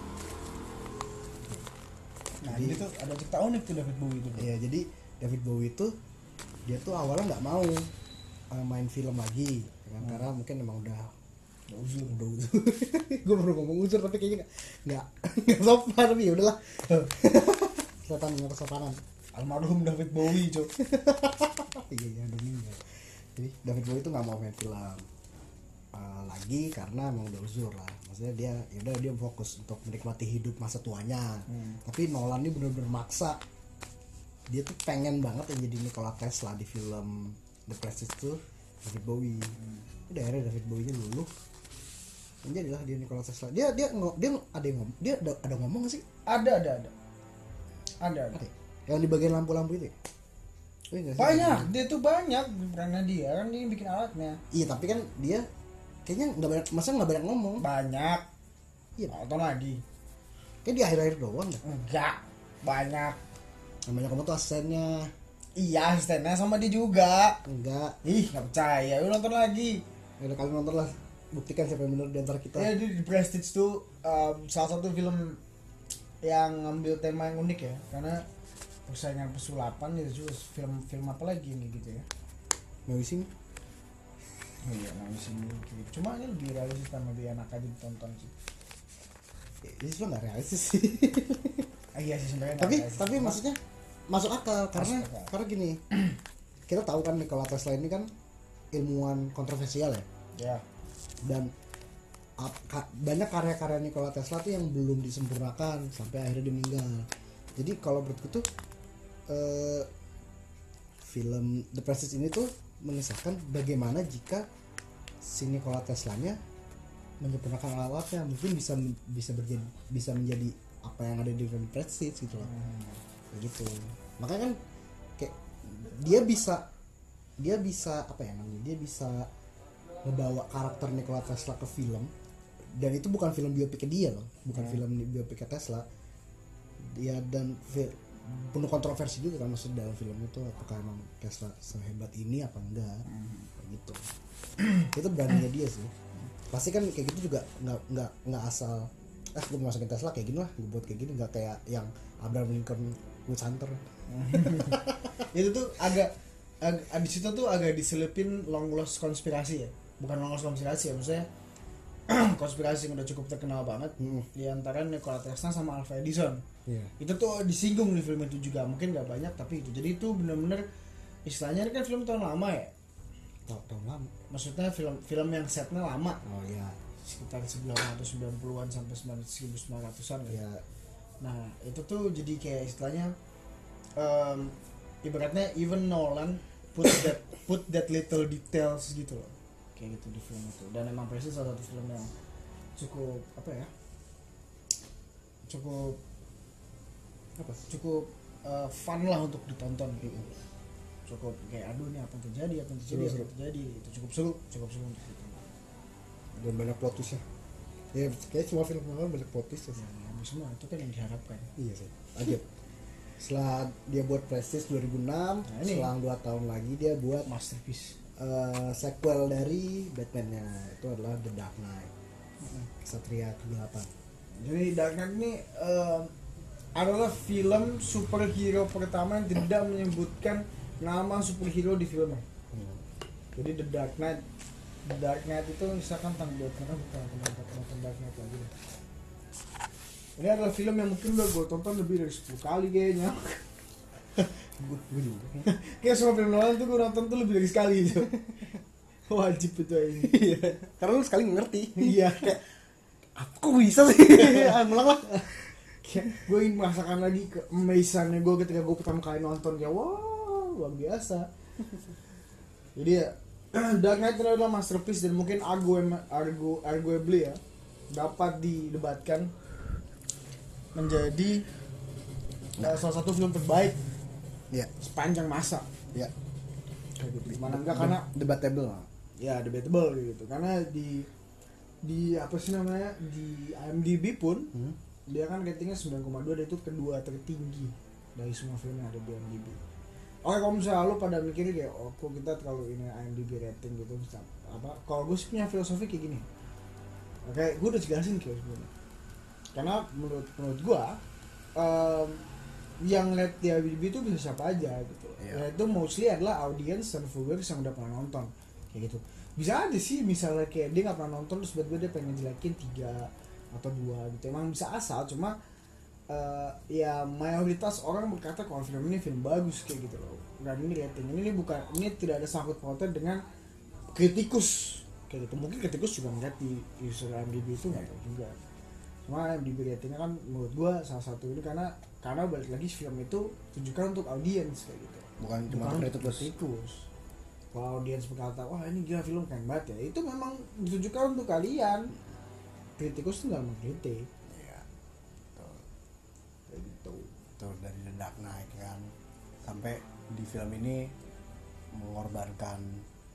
Speaker 2: Nah, jadi itu ada cerita unik tuh David Bowie itu.
Speaker 1: Iya, jadi David Bowie itu dia tuh awalnya nggak mau main film lagi, karena mungkin emang udah uzur. Gue baru ngomong uzur tapi kayaknya nggak sopan, tapi ya udahlah. Kelihatan nggak kesopanan.
Speaker 2: Almarhum David Bowie, Cok.
Speaker 1: Iya, udah meninggal. Jadi David Bowie itu nggak mau main film lagi karena emang udah uzur lah. Maksudnya dia fokus untuk menikmati hidup masa tuanya. Tapi Nolan ini benar-benar maksa. Dia tuh pengen banget yang jadi Nikola Tesla di film The Prestige tuh David Bowie. Udah akhirnya David Bowie-nya luluh. Jadilah dia Nikola Tesla. Dia ada ngomong nggak sih?
Speaker 2: Ada.
Speaker 1: Yang di bagian lampu-lampu itu.
Speaker 2: Banyak, dia tuh banyak perannya dia kan, dia bikin alatnya.
Speaker 1: Iya, tapi kan dia kayaknya nggak banyak ngomong.
Speaker 2: Banyak.
Speaker 1: Iya.
Speaker 2: Nonton lagi.
Speaker 1: Kayak di akhir-akhir doang dah.
Speaker 2: Enggak, banyak.
Speaker 1: Namanya kamu tuh asistennya.
Speaker 2: Iya, asistennya sama dia juga.
Speaker 1: Enggak.
Speaker 2: Ih, nggak percaya. Lu nonton lagi.
Speaker 1: Ya udah, kalian nonton lah. Buktikan siapa yang benar di antara kita.
Speaker 2: Ya, di Prestige tuh salah satu film yang ngambil tema yang unik ya, karena persaingan pesulapan itu juga film apa lagi nih gitu ya.
Speaker 1: Amazing.
Speaker 2: Oh iya, Amazing gitu. Cuma ini lebih realistis dan lebih enak aja ditonton sih.
Speaker 1: Ini sebenarnya nggak realistis sih.
Speaker 2: Iya sih sebenarnya.
Speaker 1: tapi maksudnya masuk akal karena gini. Kita tahu kan Nikola Tesla ini kan ilmuwan kontroversial ya.
Speaker 2: Ya.
Speaker 1: Dan banyak karya-karya Nikola Tesla tuh yang belum disempurnakan sampai akhirnya dia meninggal. Jadi kalau menurutku tuh film The Prestige ini tuh mengisahkan bagaimana jika si Nikola Tesla-nya menyempurnakan alatnya, mungkin bisa menjadi apa yang ada di film Prestige gitu loh. Kayak gitu. Makanya kan kayak dia bisa apa ya namanya? Dia bisa ngebawa karakter Nikola Tesla ke film, dan itu bukan film biopiknya dia loh, bukan film biopiknya Tesla. Dia dan penuh kontroversi juga kan, maksud dalam film itu apakah emang Tesla sehebat ini apa enggak, kayak gitu. Itu beraninya dia sih. Pasti kan kayak gitu juga nggak asal gue mau masukin Tesla kayak gini lah, gue buat kayak gini, nggak kayak yang Abraham Lincoln Witch Hunter.
Speaker 2: Itu tuh agak di situ tuh agak diselipin long lost konspirasi ya, bukan long lost konspirasi ya, maksudnya konspirasi yang udah cukup terkenal banget di antara Nikola Tesla sama Alva Edison. Itu tuh disinggung di film itu juga, mungkin nggak banyak tapi itu. Jadi itu bener-bener istilahnya, ini kan film tahun lama ya.
Speaker 1: Tahun lama.
Speaker 2: Maksudnya film yang setnya lama.
Speaker 1: Oh iya.
Speaker 2: Sekitar 1990-an sampai 1900-an
Speaker 1: ya.
Speaker 2: Nah itu tuh jadi kayak istilahnya ibaratnya even Nolan put that little details gitu loh, kayak gitu di film itu. Dan emang Prestige salah satu film yang cukup apa ya, cukup fun lah untuk ditonton gitu. Cukup kayak aduh nih apa yang terjadi itu cukup seru untuk ditonton.
Speaker 1: Dan banyak plot twist ya kayak semua film Nolan banyak plot twist ya.
Speaker 2: Semua itu kan yang diharapkan.
Speaker 1: Iya sih. Lanjut. Setelah dia buat Prestige 2006, selang 2 tahun lagi dia buat
Speaker 2: masterpiece
Speaker 1: sequel dari Batman-nya, itu adalah The Dark Knight, Kesatria Kegelapan.
Speaker 2: Jadi Dark Knight ini adalah film superhero pertama yang tidak menyebutkan nama superhero di filmnya. Jadi The Dark Knight itu misalkan tanggal karena bukan nonton Dark Knight lagi. Ini adalah film yang mungkin udah gue tonton lebih dari 10 kali kayaknya.
Speaker 1: Gue juga.
Speaker 2: Kayak semua film Nolan tuh gue nonton tuh lebih dari sekali itu. Wajib itu aja.
Speaker 1: Karena lu sekali ngerti.
Speaker 2: Iya.
Speaker 1: Aku bisa sih. Ngulang lah.
Speaker 2: Gue ingin merasakan lagi ke-amaze-annya gue ketika gue pertama kali nonton, kayak wow, luar biasa. Jadi ya Dark Knight adalah masterpiece dan mungkin arguably ya dapat didebatkan menjadi salah satu film terbaik sepanjang masa.
Speaker 1: Ya.
Speaker 2: Mana enggak karena
Speaker 1: debatable.
Speaker 2: Ya debatable gitu. Karena di apa sih namanya, di IMDb pun dia kan ratingnya 9,2 dan itu kedua tertinggi dari semua film yang ada di IMDb. Oke, kalau misalnya lo pada mikir kayak kok kita terlalu ini IMDb rating gitu apa? Kalau gue sih punya filosofi kayak gini. Oke, gue udah jelasin kayak sebelumnya. Karena menurut gue yang lihat di IMDb itu bisa siapa aja gitu. Ya itu mostly adalah audience dan viewers yang udah pernah nonton kayak gitu. Bisa aja sih misalnya kayak dia nggak pernah nonton terus tiba-tiba dia pengen jelekin 3 atau 2 gitu. Emang bisa asal, cuma ya mayoritas orang berkata kalau film ini film bagus kayak gitu loh. Dan ini rating ini tidak ada sangkut pautnya dengan kritikus kayak gitu. Mungkin kritikus juga ngeliat di user IMDb itu nggak tahu juga. Cuma IMDb ratingnya kan menurut gua salah satu ini karena balik lagi film itu tujukan untuk audiens kayak gitu.
Speaker 1: Bukan cuma
Speaker 2: kritikus. Kalau audiens berkata wah ini gila film keren banget ya, itu memang ditujukan untuk kalian. Kritikus tuh nggak mengkritik.
Speaker 1: Iya. Tuh dari The Dark Knight kan sampai di film ini mengorbankan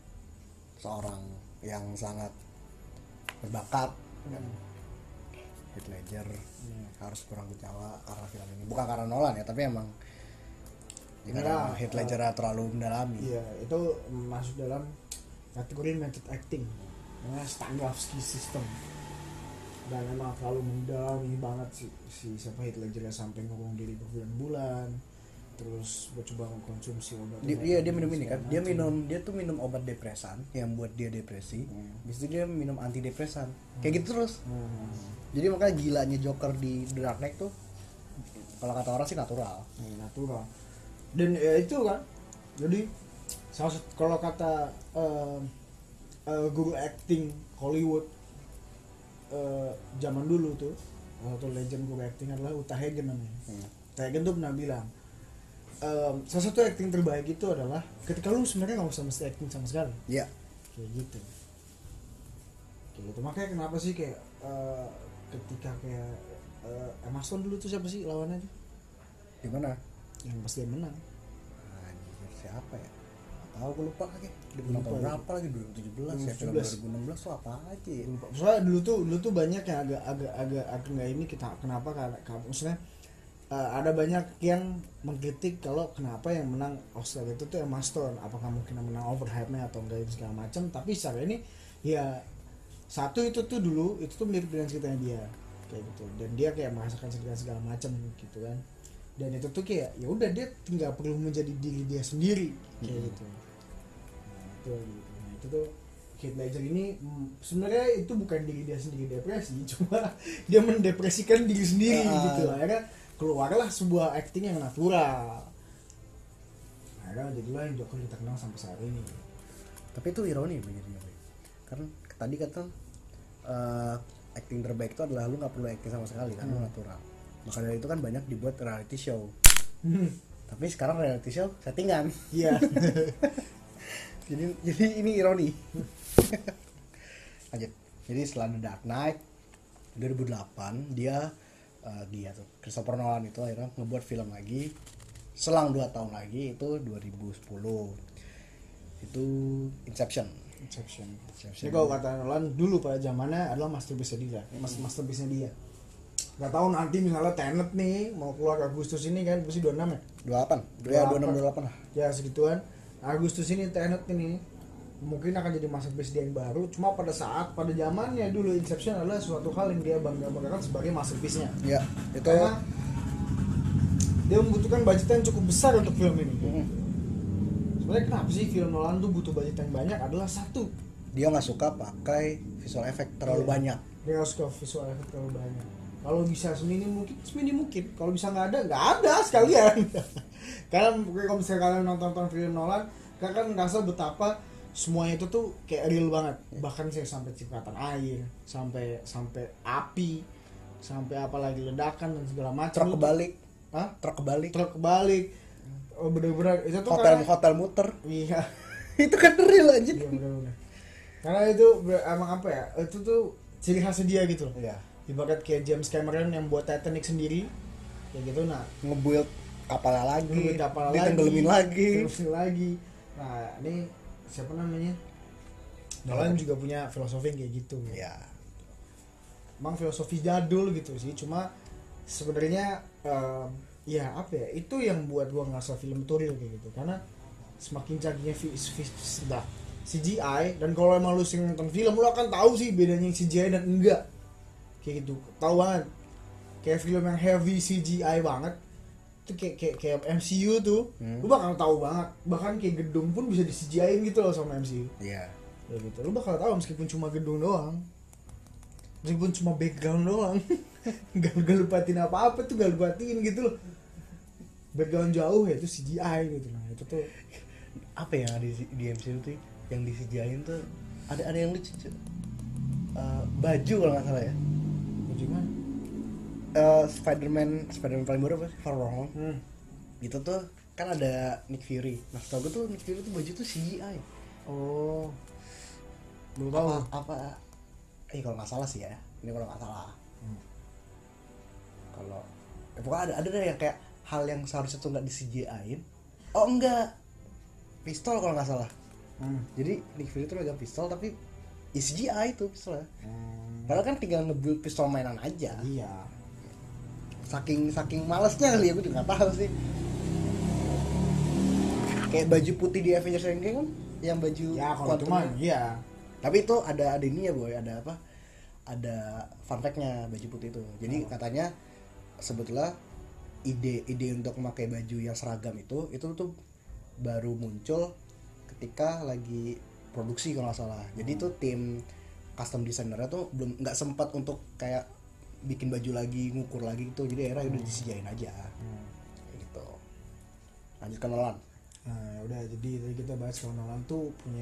Speaker 1: seorang yang sangat berbakat kan. Heath Ledger harus kurang kecewa karena film ini, bukan karena Nolan ya, tapi emang ya, karena Heath Ledger terlalu mendalami.
Speaker 2: Iya, itu masuk dalam kategori method acting, namanya Stanislavski system, dan emang terlalu mendalami banget si siapa Heath Ledger sampai ngurung diri berbulan-bulan, terus coba mengkonsumsi obat.
Speaker 1: Dia minum ini kan, dia tuh minum obat depresan yang buat dia depresi, habis itu dia minum antidepresan, kayak gitu terus. Jadi makanya gilanya Joker di The Dark Knight tuh kalau kata orang sih natural.
Speaker 2: Natural. Dan ya itu kan, jadi kalau kata guru acting Hollywood zaman dulu tuh, atau legend guru acting adalah Uta Hagen namanya. Uta Hagen tuh pernah bilang, salah satu acting terbaik itu adalah ketika lu sebenarnya nggak usah mesti acting sama sekali.
Speaker 1: Iya.
Speaker 2: Kayak gitu. Makanya kenapa sih kayak ketika kayak Emma Stone dulu tuh siapa sih lawannya tuh?
Speaker 1: Di mana?
Speaker 2: Yang pasti dia menang.
Speaker 1: Anjir, siapa ya? Tahu gue lupa lagi. Di tahun berapa lagi? 2017 ya, film 2016 tuh apa aja ya?
Speaker 2: Soalnya dulu tuh banyak yang agak nggak ini, kita kenapa karena maksudnya ada banyak yang mengkritik kalau kenapa yang menang Oscar itu tuh Emma Stone, apakah mungkin yang menang overhype-nya atau enggak itu segala macam. Tapi secara ini ya satu itu tuh dulu itu tuh mirip dengan ceritanya dia kayak gitu, dan dia kayak merasakan segala macam gitu kan, dan itu tuh kayak ya udah dia tinggal perlu menjadi diri dia sendiri kayak gitu. Nah itu tuh Heath Ledger ini sebenarnya itu bukan diri dia sendiri depresi, cuma dia mendepresikan diri sendiri gitu. Akhirnya keluarlah sebuah acting yang natural. Akhirnya jadilah yang Joker kita kenal sampai saat ini.
Speaker 1: Tapi itu ironi begini, karena tadi kata acting terbaik itu adalah lu nggak perlu acting sama sekali kan, lu natural. Maka dari itu kan banyak dibuat reality show. Tapi sekarang reality show settingan. Iya. jadi ini ironi. Lanjut. Jadi setelah The Dark Knight 2008 dia tuh Christopher Nolan itu akhirnya ngebuat film lagi selang 2 tahun lagi, itu 2010 itu Inception. Ini kalau kata Nolan dulu pada zamannya adalah masterpiece dia. Masterpiece-nya dia. Gak tahu nanti misalnya Tenet nih mau keluar Agustus ini kan, pasti 26 ya? 28. Ya 26 lah.
Speaker 2: Ya segituan. Agustus ini Tenet ini mungkin akan jadi masterpiece dia yang baru. Cuma pada zamannya dulu Inception adalah suatu hal yang dia banggakan sebagai masterpiece-nya.
Speaker 1: Iya, itu
Speaker 2: karena dia membutuhkan budget yang cukup besar untuk film ini. Sebenarnya kenapa sih film Nolan tuh butuh budget yang banyak adalah satu,
Speaker 1: dia nggak suka pakai visual effect terlalu banyak.
Speaker 2: Dia nggak suka visual effect terlalu banyak. Kalau bisa seminim mungkin. Kalau bisa nggak ada sekalian. Karena kalau misalnya kalian nonton film Nolan, kalian kan ngerasa betapa semuanya itu tuh kayak real banget. Bahkan saya sampai cipratan air, sampai api, sampai apalagi ledakan dan segala macam. Truk kebalik. Oh, bener-bener itu tuh
Speaker 1: hotel muter.
Speaker 2: Iya.
Speaker 1: Itu kan real aja.
Speaker 2: Iya bener-bener. Karena itu emang apa ya? Itu tuh ciri khasnya dia gitu loh.
Speaker 1: Iya.
Speaker 2: Ibarat kayak James Cameron yang buat Titanic sendiri, kayak gitu. Nah,
Speaker 1: nge-build kapalnya lagi,
Speaker 2: ditenggelumin lagi. Nah, ini siapa namanya? Nolan juga punya filosofi yang kayak gitu.
Speaker 1: Iya.
Speaker 2: Emang filosofi jadul gitu sih, cuma sebenarnya ya apa ya, itu yang buat gua ngerasa film itu real kayak gitu, karena semakin canggihnya CGI, dan kalau emang lu sering nonton film lu akan tahu sih bedanya CGI dan enggak kayak gitu, tahu banget. Kayak film yang heavy CGI banget itu kayak MCU tuh, lu bakal tahu banget, bahkan kayak gedung pun bisa di CGI-in gitu loh sama MCU.
Speaker 1: Iya.
Speaker 2: Ya gitu, lu bakal tahu meskipun cuma gedung doang, meskipun cuma background doang. Gak lupatin apa-apa tuh, gak lupatin gitu loh. Background jauh ya itu CGI gitu. Nah itu tuh
Speaker 1: apa ya di MCU tuh yang di CGI-in tuh ada yang lucu. Baju kalau nggak salah ya.
Speaker 2: Baju mana?
Speaker 1: Spider-Man paling baru apa sih? Far From Home. Itu tuh kan ada Nick Fury. Nah setahu gue tuh Nick Fury tuh baju tuh CGI.
Speaker 2: Oh, belum tahu.
Speaker 1: Apa? Kalau nggak salah sih ya. Ini kalau nggak salah. Kalau pokoknya ada deh yang kayak hal yang seharusnya tuh nggak di CGI-in. Oh enggak, pistol kalau nggak salah. Jadi Nick Fury tuh megang pistol tapi CGI itu pistolnya. Padahal kan tinggal nge-build pistol mainan aja.
Speaker 2: Iya.
Speaker 1: Saking malesnya kali ya, gue juga nggak tahu sih. Kayak baju putih di Avengers Endgame kan, yang baju
Speaker 2: Ya kalau itu mah iya.
Speaker 1: Tapi itu ada ininya boy, ada apa? Ada fun fact-nya baju putih itu. Jadi katanya sebetulnya ide untuk memakai baju yang seragam itu tuh baru muncul ketika lagi produksi kalau nggak salah. Jadi tuh tim custom designer-nya tuh belum nggak sempat untuk kayak bikin baju lagi, ngukur lagi gitu. Jadi akhirnya udah disediain aja. Kayak gitu. Lanjut ke Nolan.
Speaker 2: Nah, udah, jadi tadi kita bahas kalau Nolan tuh punya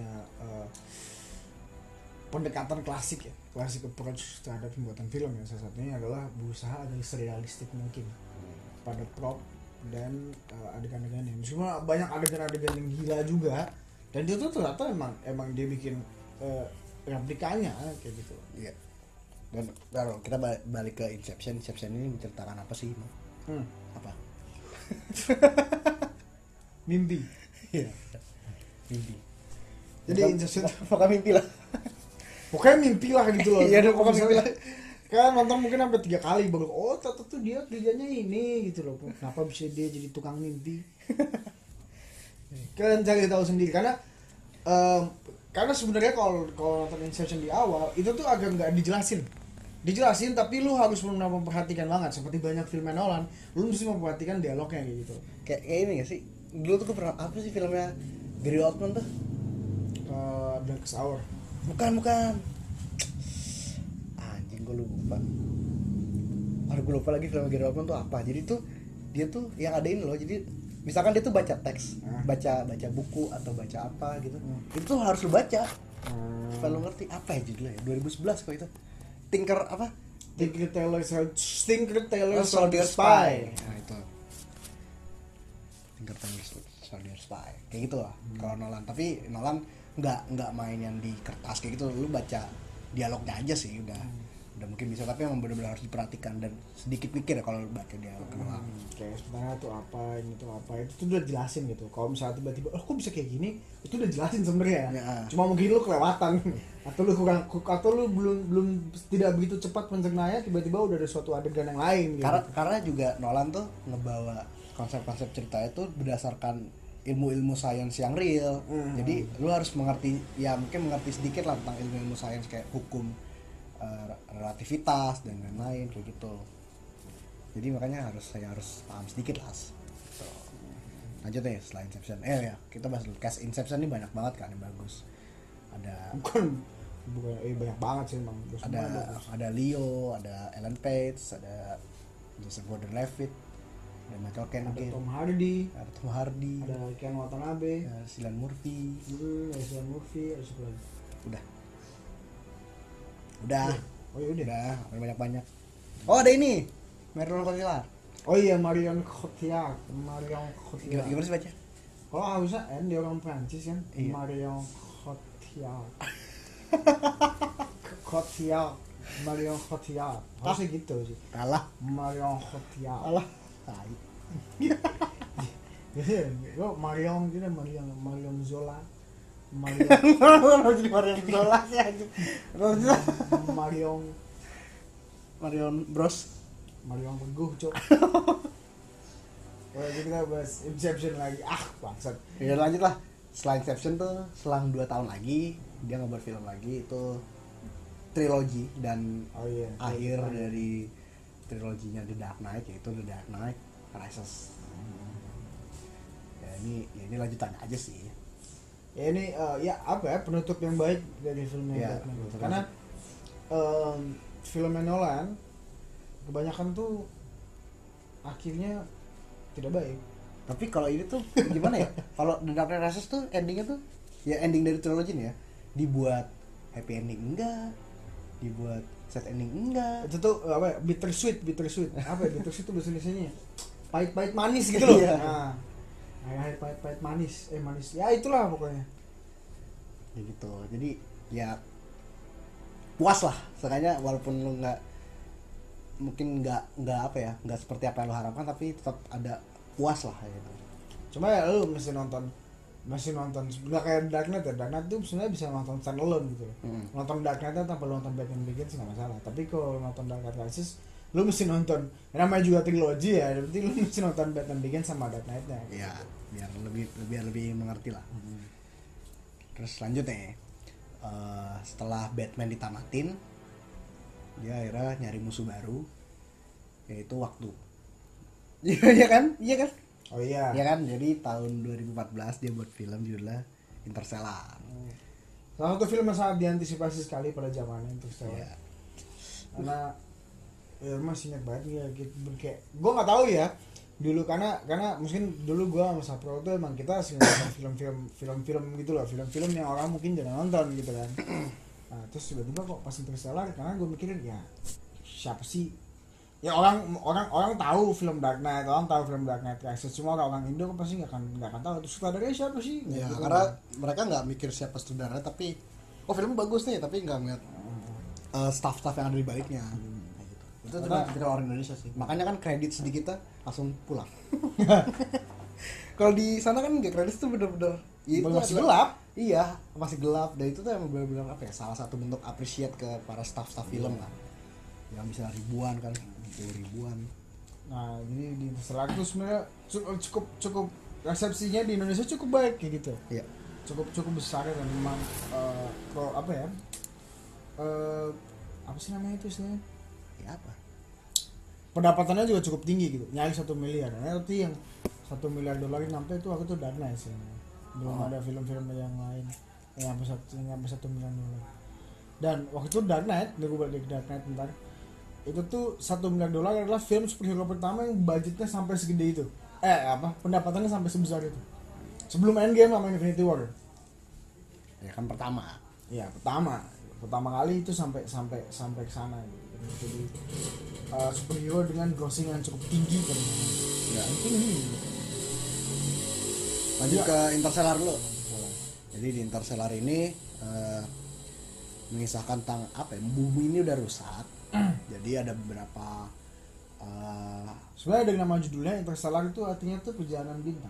Speaker 2: pendekatan klasik ya, klasik approach terhadap pembuatan film ya. Salah satunya adalah berusaha agar serealistik mungkin pada prop dan adegan-adegannya. Meskipun banyak adegan-adegan yang gila juga, dan itu tuh ternyata emang dia bikin replikanya kayak gitu.
Speaker 1: Iya. Dan kalau kita balik ke Inception ini menceritakan apa sih? Apa?
Speaker 2: Mimpi.
Speaker 1: Iya. Mimpi.
Speaker 2: Jadi Inception
Speaker 1: pokoknya mimpi lah.
Speaker 2: Pokoknya mimpi lah gitu loh.
Speaker 1: Iya, pokoknya mimpi lah.
Speaker 2: Kan nonton mungkin sampai 3 kali baru ternyata tuh dia kerjanya ini gitu loh. Kenapa bisa dia jadi tukang mimpi? Kalian cari tahu sendiri karena sebenarnya kalau nonton Inception di awal itu tuh agak nggak dijelasin tapi lu harus benar-benar memperhatikan banget, seperti banyak film Nolan lu mesti memperhatikan dialognya kayak gitu.
Speaker 1: Kayak ini gak sih, dulu tuh gue pernah, apa sih filmnya Gary Oldman tuh?
Speaker 2: Darkest Hour.
Speaker 1: Bukan anjing, gue lupa. Gue lupa lagi film Gary Oldman tuh apa. Jadi tuh dia tuh yang adain loh, jadi misalkan dia tuh baca teks, baca buku atau baca apa gitu, itu tuh harus lu baca supaya lu ngerti. Apa ya judulnya ya, 2011 kok itu, Tinker Tailor Soldier Spy. Nah itu Tinker Tailor Soldier Spy kayak gitu lah. Kalau Nolan, tapi Nolan nggak main yang di kertas kayak gitu, lu baca dialognya aja sih udah mungkin bisa, tapi emang benar-benar harus diperhatikan dan sedikit mikir ya kalau baca dialog doang.
Speaker 2: Kayak sebenarnya tuh apa, ini tuh apa, itu tuh udah jelasin gitu. Kalau misalnya tiba-tiba kok bisa kayak gini, itu udah jelasin sebenarnya. Ya. Cuma mungkin lu kelewatan atau lu kurang, atau lu belum tidak begitu cepat mencernanya, tiba-tiba udah ada suatu adegan yang lain gitu.
Speaker 1: Karena juga Nolan tuh ngebawa konsep-konsep cerita itu berdasarkan ilmu-ilmu sains yang real. Jadi lu harus mengerti, ya mungkin mengerti sedikit lah tentang ilmu-ilmu sains kayak hukum relativitas dan lain-lain kayak gitu. Jadi makanya saya harus paham sedikit lah. So, lanjut nih setelah Inception. Ya kita bahas dulu. Cast Inception ini banyak banget kan yang bagus.
Speaker 2: Bukan banyak banget sih emang.
Speaker 1: Ada Leo, ada Ellen Page, ada Joseph Gordon-Levitt, ada Michael Caine,
Speaker 2: ada Tom Hardy,
Speaker 1: ada
Speaker 2: Ken Watanabe,
Speaker 1: ada Cillian Murphy,
Speaker 2: ada siapa lagi?
Speaker 1: Udah.
Speaker 2: Oh ya udah.
Speaker 1: Banyak. Oh ada ini, Marion Cotillard.
Speaker 2: Oh iya, Marion Cotillard.
Speaker 1: Gimana sih baca?
Speaker 2: Kalau harusnya dia orang Prancis kan.
Speaker 1: Iya.
Speaker 2: Marion Cotillard. Marion Cotillard. Harusnya gitu sih.
Speaker 1: Kalah.
Speaker 2: Marion Cotillard.
Speaker 1: Alah. Tai.
Speaker 2: Yo Marion Zola.
Speaker 1: Marion Zola sih anjing. Marion Bros.
Speaker 2: Marion Teguh, Cok. Oke, kita bahas Inception lagi. Bangsat.
Speaker 1: Ya lanjut lah. Setelah Inception tuh selang 2 tahun lagi dia ngebuat film lagi, itu trilogi dan akhir dari triloginya The Dark Knight, yaitu The Dark Knight Rises. Ya ini lanjutannya aja sih.
Speaker 2: Ya ini penutup yang baik dari filmnya Batman. Karena film Nolan kebanyakan tuh akhirnya tidak baik.
Speaker 1: Tapi kalau ini tuh gimana ya? Kalau The Dark Knight Rises tuh endingnya tuh ya ending dari trilogi nih ya, dibuat happy ending enggak, dibuat sad ending enggak.
Speaker 2: Itu tuh bittersweet. Apa ya bittersweet tuh bahasa Indonesianya? Pahit-pahit manis gitu loh. Nah, pahit manis. Manis. Ya itulah pokoknya.
Speaker 1: Ya gitu. Jadi ya puas lah. Sekalinya walaupun lu nggak seperti apa yang lu harapkan, tapi tetap ada puas lah gitu.
Speaker 2: Cuma ya lu mesti nonton masih nonton, nggak kayak Dark Knight ya. Dark Knight tuh sebenarnya bisa nonton standalone gitu. Nonton Dark Knight tanpa lu nonton Batman Begins nggak masalah, tapi kalau nonton Dark Knight Rises lu mesti nonton, namanya juga trilogi ya, berarti lu mesti nonton Batman Begins sama Dark Knight-nya gitu.
Speaker 1: Ya biar lebih mengerti lah. Terus selanjutnya setelah Batman ditamatin, dia akhirnya nyari musuh baru, yaitu waktu. Iya kan?
Speaker 2: Oh iya.
Speaker 1: Iya kan? Jadi tahun 2014 dia buat film judulnya Interstellar.
Speaker 2: Salah satu film yang sangat diantisipasi sekali pada zamannya Interstellar.
Speaker 1: Iya.
Speaker 2: Karena ya masih ingat banget ya gitu, kayak gue nggak tahu ya dulu, karena mungkin dulu gue sama Sapro tuh emang kita sering nonton film-film gitu loh, film-film yang orang mungkin jarang nonton gitu kan. Nah terus tiba-tiba kok pas Interstellar, karena gue mikirin ya siapa sih ya, orang tahu film Dark Knight, orang tahu film Dark Knight Rises, cuma orang Indo kan pasti nggak akan tahu itu sutradaranya siapa sih
Speaker 1: Ya,
Speaker 2: gitu.
Speaker 1: karena mereka nggak mikir siapa sutradaranya, tapi filmnya bagus nih, tapi nggak ngeliat staff-staff yang ada di baliknya. Itu tipikal orang Indonesia sih. Makanya kan kredit sedikit kita langsung pulang. Kalau di sana kan nggak kredit tuh bener-bener ya itu
Speaker 2: masih gelap.
Speaker 1: Iya, masih gelap. Dan itu tuh emang bener-bener apa ya? Salah satu bentuk appreciate ke para staff-staff film lah. Yang bisa ribuan kan, ribuan.
Speaker 2: Nah jadi di Interstellar itu sebenarnya cukup resepsinya di Indonesia cukup baik kayak gitu.
Speaker 1: Iya.
Speaker 2: Cukup besar dan memang kalau apa ya, apa sih namanya itu istilahnya,
Speaker 1: Ya apa?
Speaker 2: pendapatannya juga cukup tinggi gitu, nyari 1 miliar. Nah itu yang $1 miliar sampai itu waktu itu Dark Knight sih, belum ada film-film yang lain yang sampai $1 miliar. Dan waktu itu Dark Knight, gue balik ke Dark Knight bentar, itu tuh $1 miliar adalah film superhero pertama yang budgetnya sampai segede itu, pendapatannya sampai sebesar itu, sebelum Endgame sama Infinity War.
Speaker 1: Ya kan pertama
Speaker 2: pertama kali itu sampai ke sana gitu. Jadi superhero dengan grossing yang cukup tinggi kan.
Speaker 1: Ya.
Speaker 2: Tinggi.
Speaker 1: Lanjut ke Interstellar dulu. Jadi di Interstellar ini mengisahkan tentang apa ya, bumi ini udah rusak. Jadi ada beberapa
Speaker 2: sebenarnya dari nama judulnya Interstellar itu artinya tuh perjalanan bintang.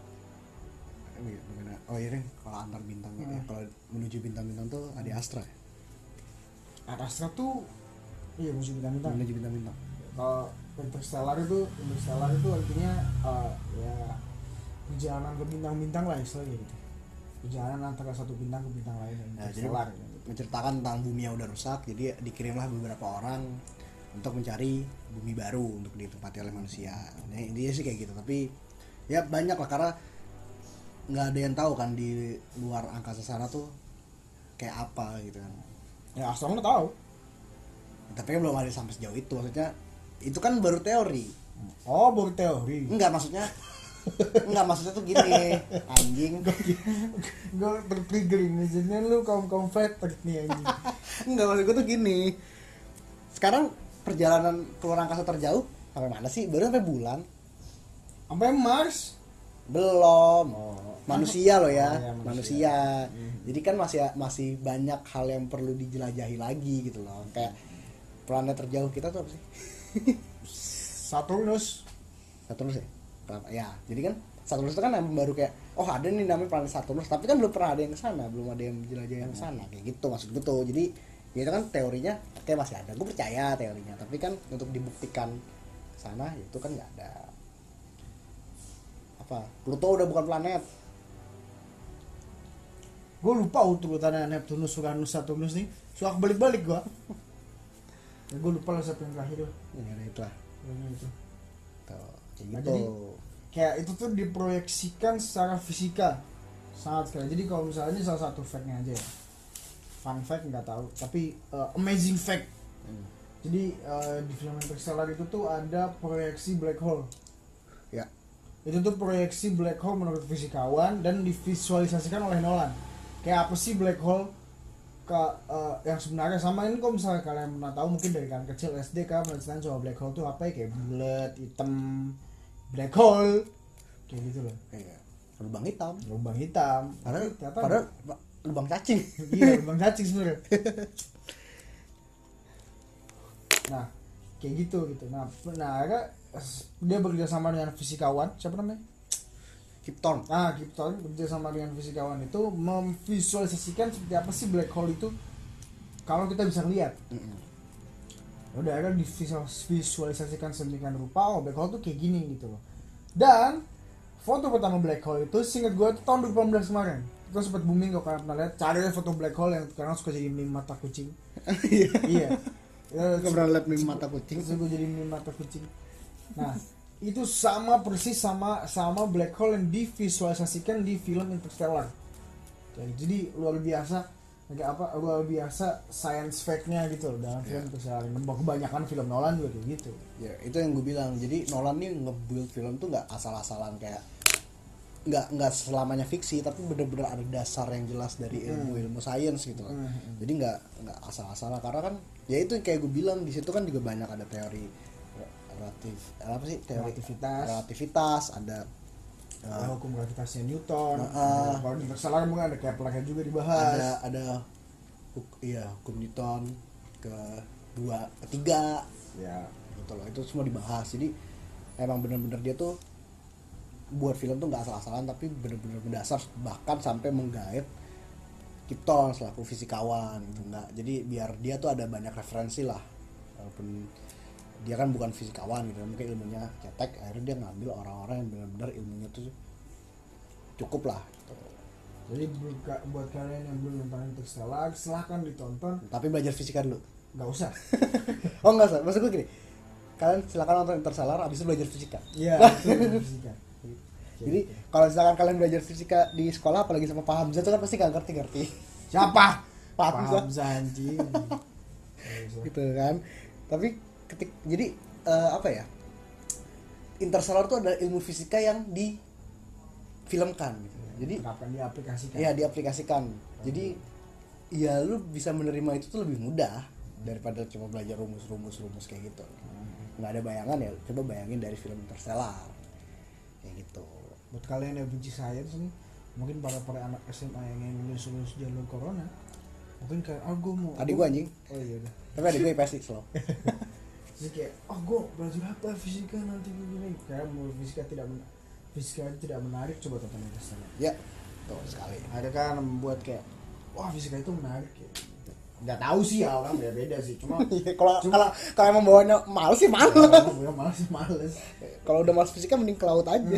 Speaker 1: Oh iya, kalau antar bintang gitu ya. Kalau menuju bintang-bintang tuh ada Astra ya?
Speaker 2: Astra tuh iya menuju bintang-bintang.
Speaker 1: Menuju bintang-bintang.
Speaker 2: Kalau Interstellar itu artinya ya perjalanan ke bintang-bintang lah istilahnya gitu. Perjalanan antara satu bintang ke bintang lain.
Speaker 1: Nah, jadi menceritakan tentang bumi yang udah rusak, jadi dikirimlah beberapa orang untuk mencari bumi baru untuk ditempati oleh manusia. Nah, intinya sih kayak gitu, tapi ya banyak lah, karena nggak ada yang tahu kan di luar angkasa sana tuh kayak apa gitu kan.
Speaker 2: Ya astronom tahu.
Speaker 1: Tapi kan belum ada sampai sejauh itu, maksudnya itu kan baru teori.
Speaker 2: Oh, baru teori.
Speaker 1: Enggak maksudnya tuh gini, anjing.
Speaker 2: Gue tertrigger ini, jadinya lu kaum flat nih anjing.
Speaker 1: Enggak, maksud gue tuh gini. Sekarang perjalanan keluar angkasa terjauh sampai mana sih? Baru sampai bulan.
Speaker 2: Sampai Mars?
Speaker 1: Belum. Manusia loh ya,
Speaker 2: Oh, ya,
Speaker 1: manusia. Jadi kan masih banyak hal yang perlu dijelajahi lagi gitu loh. Kayak planet terjauh kita tuh apa sih?
Speaker 2: Saturnus
Speaker 1: ya? Ya, jadi kan Saturnus itu kan yang baru kayak ada nih namanya planet Saturnus, tapi kan belum pernah ada yang kesana, belum ada yang menjelajah yang kesana kayak gitu, maksud gue tuh. Jadi ya itu kan teorinya kayak masih ada, gue percaya teorinya, tapi kan untuk dibuktikan kesana itu kan nggak ada. Apa Pluto udah bukan planet.
Speaker 2: gue lupa urutannya, Neptunus, Uranus, Saturnus nih suka balik-balik gue. Ya, gue lupa lah siapa yang terakhir tuh.
Speaker 1: Ya itu lah.
Speaker 2: Itu.
Speaker 1: Tuh, kayak
Speaker 2: Nah,
Speaker 1: gitu.
Speaker 2: jadi kayak itu tuh diproyeksikan secara fisika sangat sekali. Jadi kalau misalnya ini salah satu fact-nya aja ya, fun fact nggak tahu, tapi amazing fact. Jadi di film Interstellar itu tuh ada proyeksi black hole.
Speaker 1: Ya.
Speaker 2: Itu tuh proyeksi black hole menurut fisikawan dan divisualisasikan oleh Nolan. Kayak apa sih black hole yang sebenarnya, sama ini kalau misalnya kalian pernah tahu mungkin dari kalian kecil SD kan melihat coba black hole tuh apa ya, kayak bulat hitam, black hole kayak gitu loh.
Speaker 1: Kayak lubang hitam. Padahal lubang cacing.
Speaker 2: Iya, lubang cacing sebenarnya. Nah, kayak gitu. Nah, dia bekerja sama dengan fisikawan, siapa namanya?
Speaker 1: Krypton.
Speaker 2: Krypton kerja sama dengan fisikawan itu memvisualisasikan seperti apa sih black hole itu kalau kita bisa lihat. Udah akhirnya divisualisasikan sedemikian rupa, oh black hole tuh kayak gini gitu loh. Dan foto pertama black hole itu seingat gue itu tahun 2018 kemarin. Itu sempat booming, kalau kalian pernah lihat, cari foto black hole yang sekarang suka jadi meme mata kucing. Iya.
Speaker 1: Gue pernah lihat meme mata kucing.
Speaker 2: Suka jadi meme mata kucing. Nah, itu sama persis sama black hole yang divisualisasikan di film Interstellar. Jadi luar biasa science fact-nya gitu loh dalam film Interstellar. Kebanyakan film Nolan juga kayak gitu.
Speaker 1: Ya, itu yang gue bilang. Jadi Nolan nih nge-build film tuh nggak asal-asalan, kayak nggak selamanya fiksi, tapi bener-bener ada dasar yang jelas dari ilmu sains gitu kan. Jadi nggak asal-asalan, karena kan ya itu kayak gue bilang, di situ kan juga banyak ada teori relativitas, ada
Speaker 2: hukum gravitasinya Newton. Kalau di Interstellar mungkin ada Kepler juga dibahas.
Speaker 1: Ada hukum Newton ketiga. Ya, gitu loh. Itu semua dibahas. Jadi emang benar-benar dia tuh buat film tuh nggak asal-asalan, tapi benar-benar mendasar, bahkan sampai menggait Krypton selaku fisikawan gitu. Nggak, jadi biar dia tuh ada banyak referensi lah, walaupun dia kan bukan fisikawan gitu, mungkin ilmunya cetek, akhirnya dia ngambil orang-orang yang benar-benar ilmunya tuh cukup lah gitu.
Speaker 2: Jadi buat kalian yang belum nonton Interstellar, silahkan ditonton,
Speaker 1: tapi belajar fisika dulu.
Speaker 2: Nggak usah.
Speaker 1: Oh nggak usah, maksud gue gini, kalian silakan nonton Interstellar, abis itu belajar fisika.
Speaker 2: Iya, itu fisika.
Speaker 1: Jadi kalau misalkan kalian belajar fisika di sekolah, apalagi sama Pak Hamzah, itu kan pasti nggak ngerti.
Speaker 2: Siapa?
Speaker 1: Pak
Speaker 2: Hamzah anjing.
Speaker 1: Gitu kan. Tapi jadi apa ya? Interstellar itu adalah ilmu fisika yang difilmkan gitu. Jadi
Speaker 2: diaplikasikan.
Speaker 1: Iya, diaplikasikan. Jadi ya lu bisa menerima itu tuh lebih mudah daripada cuma belajar rumus kayak gitu. Nggak ada bayangan ya, coba bayangin dari film Interstellar. Kayak gitu.
Speaker 2: Buat kalian yang benci sains nih, mungkin para anak SMA yang lulus jalur corona, mungkin kayak gue mau
Speaker 1: adik gue anjing.
Speaker 2: Oh iya udah.
Speaker 1: Tapi adik gue IPS slow.
Speaker 2: Jadi kayak gue belajar apa fisika nanti begini, kayak mau fisika tidak menarik, coba tonton Interstellar.
Speaker 1: Ya, tuh sekali.
Speaker 2: Ada kan membuat kayak wah fisika itu menarik ya. Nggak tahu sih ya, orang beda sih, cuma
Speaker 1: kalau emang bawanya males sih males. Kalau udah males fisika mending ke laut aja.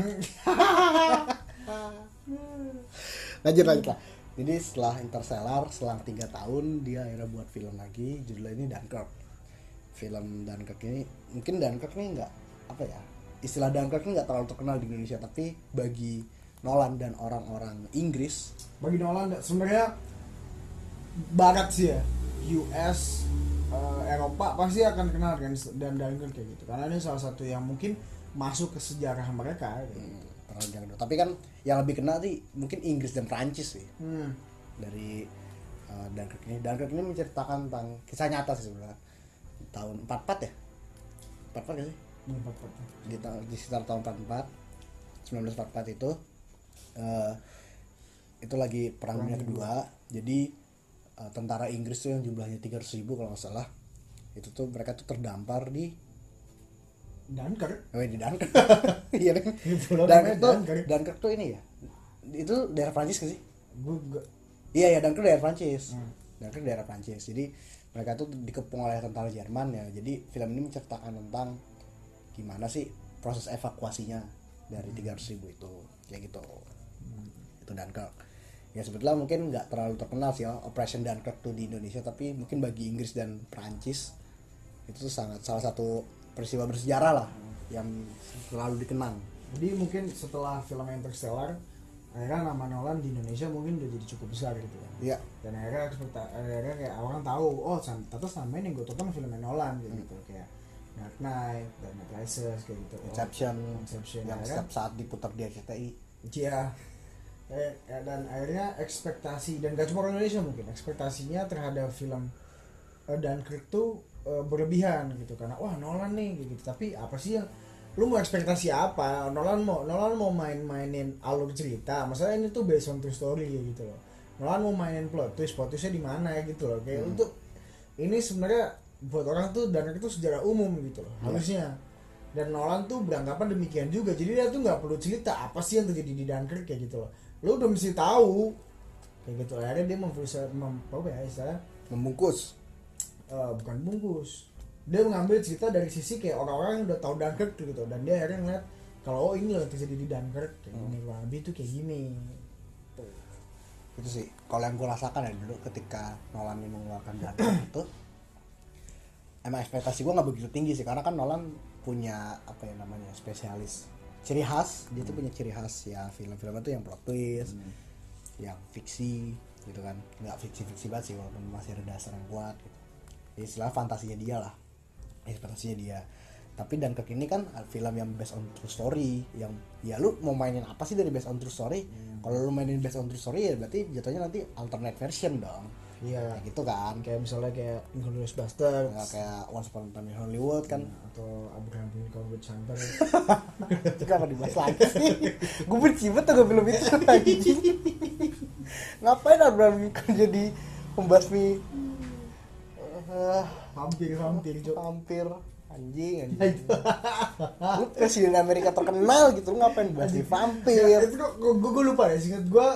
Speaker 1: lanjut lah. Jadi setelah Interstellar, selang 3 tahun dia akhirnya buat film lagi, judulnya ini Dunkirk. Film Dunkirk ini, mungkin Dunkirk ini nggak apa ya, istilah Dunkirk ini nggak terlalu terkenal di Indonesia, tapi bagi Nolan dan orang-orang Inggris,
Speaker 2: bagi Nolan sebenarnya barat sih ya, US, Eropa pasti akan kenal dengan dan Dunkirk kayak gitu, karena ini salah satu yang mungkin masuk ke sejarah mereka gitu.
Speaker 1: Tapi kan yang lebih kenal sih mungkin Inggris dan Prancis sih. Dari Dunkirk ini menceritakan tentang kisah nyata sih sebenarnya. Tahun 44 ya? 44 gak sih? 44. Di sekitar tahun 44, 1944 itu lagi Perang Dunia Kedua. Jadi tentara Inggris tuh yang jumlahnya 300.000 kalau nggak salah, itu tuh mereka tuh terdampar di
Speaker 2: Dunkirk.
Speaker 1: Di Dunkirk. Iya kan? Dunkirk tuh ini ya. Itu daerah Prancis nggak sih? Iya, Dunkirk daerah Prancis. Dunkirk daerah Prancis. Jadi mereka tuh dikepung oleh tentara Jerman ya. Jadi film ini menceritakan tentang gimana sih proses evakuasinya dari 300.000 itu, kayak gitu. Itu Dunkirk. Ya sebetulnya mungkin nggak terlalu terkenal sih ya Operation Dunkirk tuh di Indonesia, tapi mungkin bagi Inggris dan Prancis itu tuh sangat salah satu peristiwa bersejarah lah yang selalu dikenang.
Speaker 2: Jadi mungkin setelah film Interstellar, akhirnya nama Nolan di Indonesia mungkin udah jadi cukup besar gitu kan.
Speaker 1: Iya.
Speaker 2: Dan akhirnya kayak orang tahu, oh ternyata selama ini gue tonton filmnya Nolan gitu, kayak Dark Knight, Dark Knight Rises kayak gitu.
Speaker 1: Inception yang
Speaker 2: akhirnya,
Speaker 1: setiap saat diputar di RCTI.
Speaker 2: Iya. Dan akhirnya ekspektasi, dan gak cuma orang Indonesia mungkin, ekspektasinya terhadap film Dunkirk tuh berlebihan gitu, karena wah Nolan nih gitu. Tapi apa sih yang lu mau ekspektasi apa? Nolan mau mainin alur cerita, masalah ini tuh based on true story gitu loh. Nolan mau mainin plot twistnya di mana gitu loh, kayak untuk ini sebenarnya buat orang tuh Dunkirk itu sejarah umum gitu loh harusnya. Dan Nolan tuh beranggapan demikian juga. Jadi dia tuh nggak perlu cerita apa sih yang terjadi di Dunkirk kayak gitu loh. Lo udah mesti tahu kayak gitu. Akhirnya dia apa ya istilahnya
Speaker 1: Membungkus.
Speaker 2: bukan bungkus. Dia mengambil cerita dari sisi kayak orang-orang yang udah tahu Dunkirk gitu. Dan dia akhirnya ngeliat kalau ini loh yang terjadi di Dunkirk kayak gini, kurang lebih tuh kayak gini. Tuh.
Speaker 1: Itu sih kalau yang gue rasakan ya dulu ketika Nolan ini mengeluarkan Dunkirk itu, emang ekspektasi gue nggak begitu tinggi sih, karena kan Nolan punya apa ya namanya, spesialis ciri khas. Dia tuh punya ciri khas ya, film-filmnya tuh yang plot twist, yang fiksi gitu kan, nggak fiksi banget sih walaupun masih ada dasar yang kuat gitu. Ya, istilah fantasinya dia lah, ekspektasinya dia. Tapi Dunkirk ini kan film yang based on true story, yang ya lu mau mainin apa sih dari based on true story? Kalau lu mainin based on true story ya berarti jatuhnya nanti alternate version dong.
Speaker 2: Iya.
Speaker 1: Kayak gitu kan.
Speaker 2: Kayak misalnya kayak Inglourious Basterds.
Speaker 1: Ya, kayak Once Upon a Time in Hollywood kan.
Speaker 2: Atau Abraham Lincoln Witch Hunter.
Speaker 1: Itu kan dibahas lagi sih. Gue benci banget tuh film itu lagi. Ngapain Abraham Lincoln jadi membasmi
Speaker 2: Vampir
Speaker 1: anjing. Lu presiden Amerika terkenal gitu, lu ngapain bahas di vampir?
Speaker 2: Ya, itu gue lupa ya, seingat gue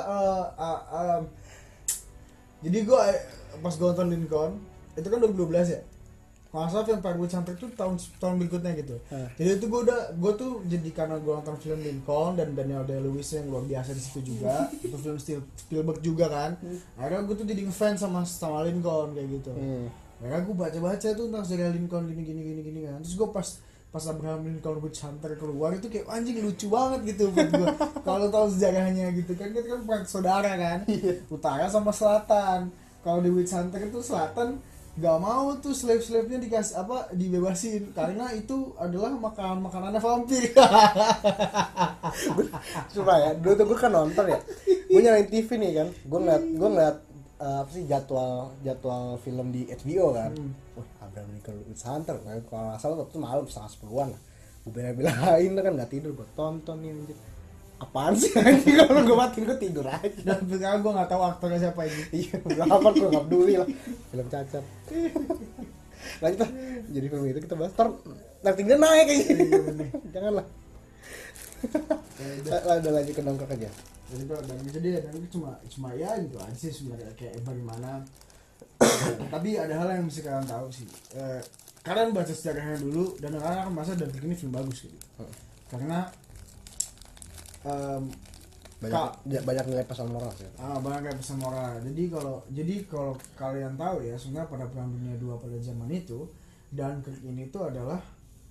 Speaker 2: jadi gue pas gue nonton Lincoln itu kan 2012 ya. Kalau nggak salah film Witch Hunter itu tahun berikutnya gitu. Jadi itu gue tuh jadi karena gue nonton film Lincoln dan Daniel Day-Lewis yang luar biasa di situ juga. Itu film Spielberg juga kan. Akhirnya gue tuh jadi ngefans sama Lincoln kayak gitu. Akhirnya gue baca tuh tentang serial Lincoln gini kan. Terus gue pas Abraham Lincoln Witch Hunter keluar itu kayak anjing lucu banget gitu buat gue. Kalau tahu sejarahnya gitu kan, kita kan perang saudara kan, utara sama selatan. Kalau di Witch Hunter itu selatan gak mau tuh slave-nya dikasih dibebasin karena itu adalah makanannya vampir.
Speaker 1: Coba ya, dulu tuh gue kan nonton ya, gue nyalain TV nih kan, gue ngeliat apa sih jadwal film di HBO kan. Wah, Abraham Lincoln Witch Hunter, kalau nggak salah waktu itu malam 9:30 lah. Gue bela-belain kan nggak tidur, gue tonton nih anjir. Apaan sih anjing, kalau gue matiin gue tidur aja.
Speaker 2: Dan sekarang gue nggak tahu aktornya siapa ini.
Speaker 1: Iya, berapa gue nggak peduli lah, film cacat. Lanjut lah, jadi film itu kita bahas. Ratingnya naik kayaknya. Janganlah. Udah lanjut ke Dunkirk aja.
Speaker 2: Jadi kalau dan itu cuma ya gitu aja sih sebenarnya, kayak bagaimana. Tapi ada hal yang mesti kalian tahu sih. Kalian baca sejarahnya dulu dan kalian akan merasa Dunkirk ini film bagus gitu. Karena
Speaker 1: banyak nilai pesan moral sih.
Speaker 2: Banyak nilai pesan moral. Jadi kalau kalian tahu ya, sebenarnya pada Perang Dunia II pada zaman itu, Dunkirk ini tuh adalah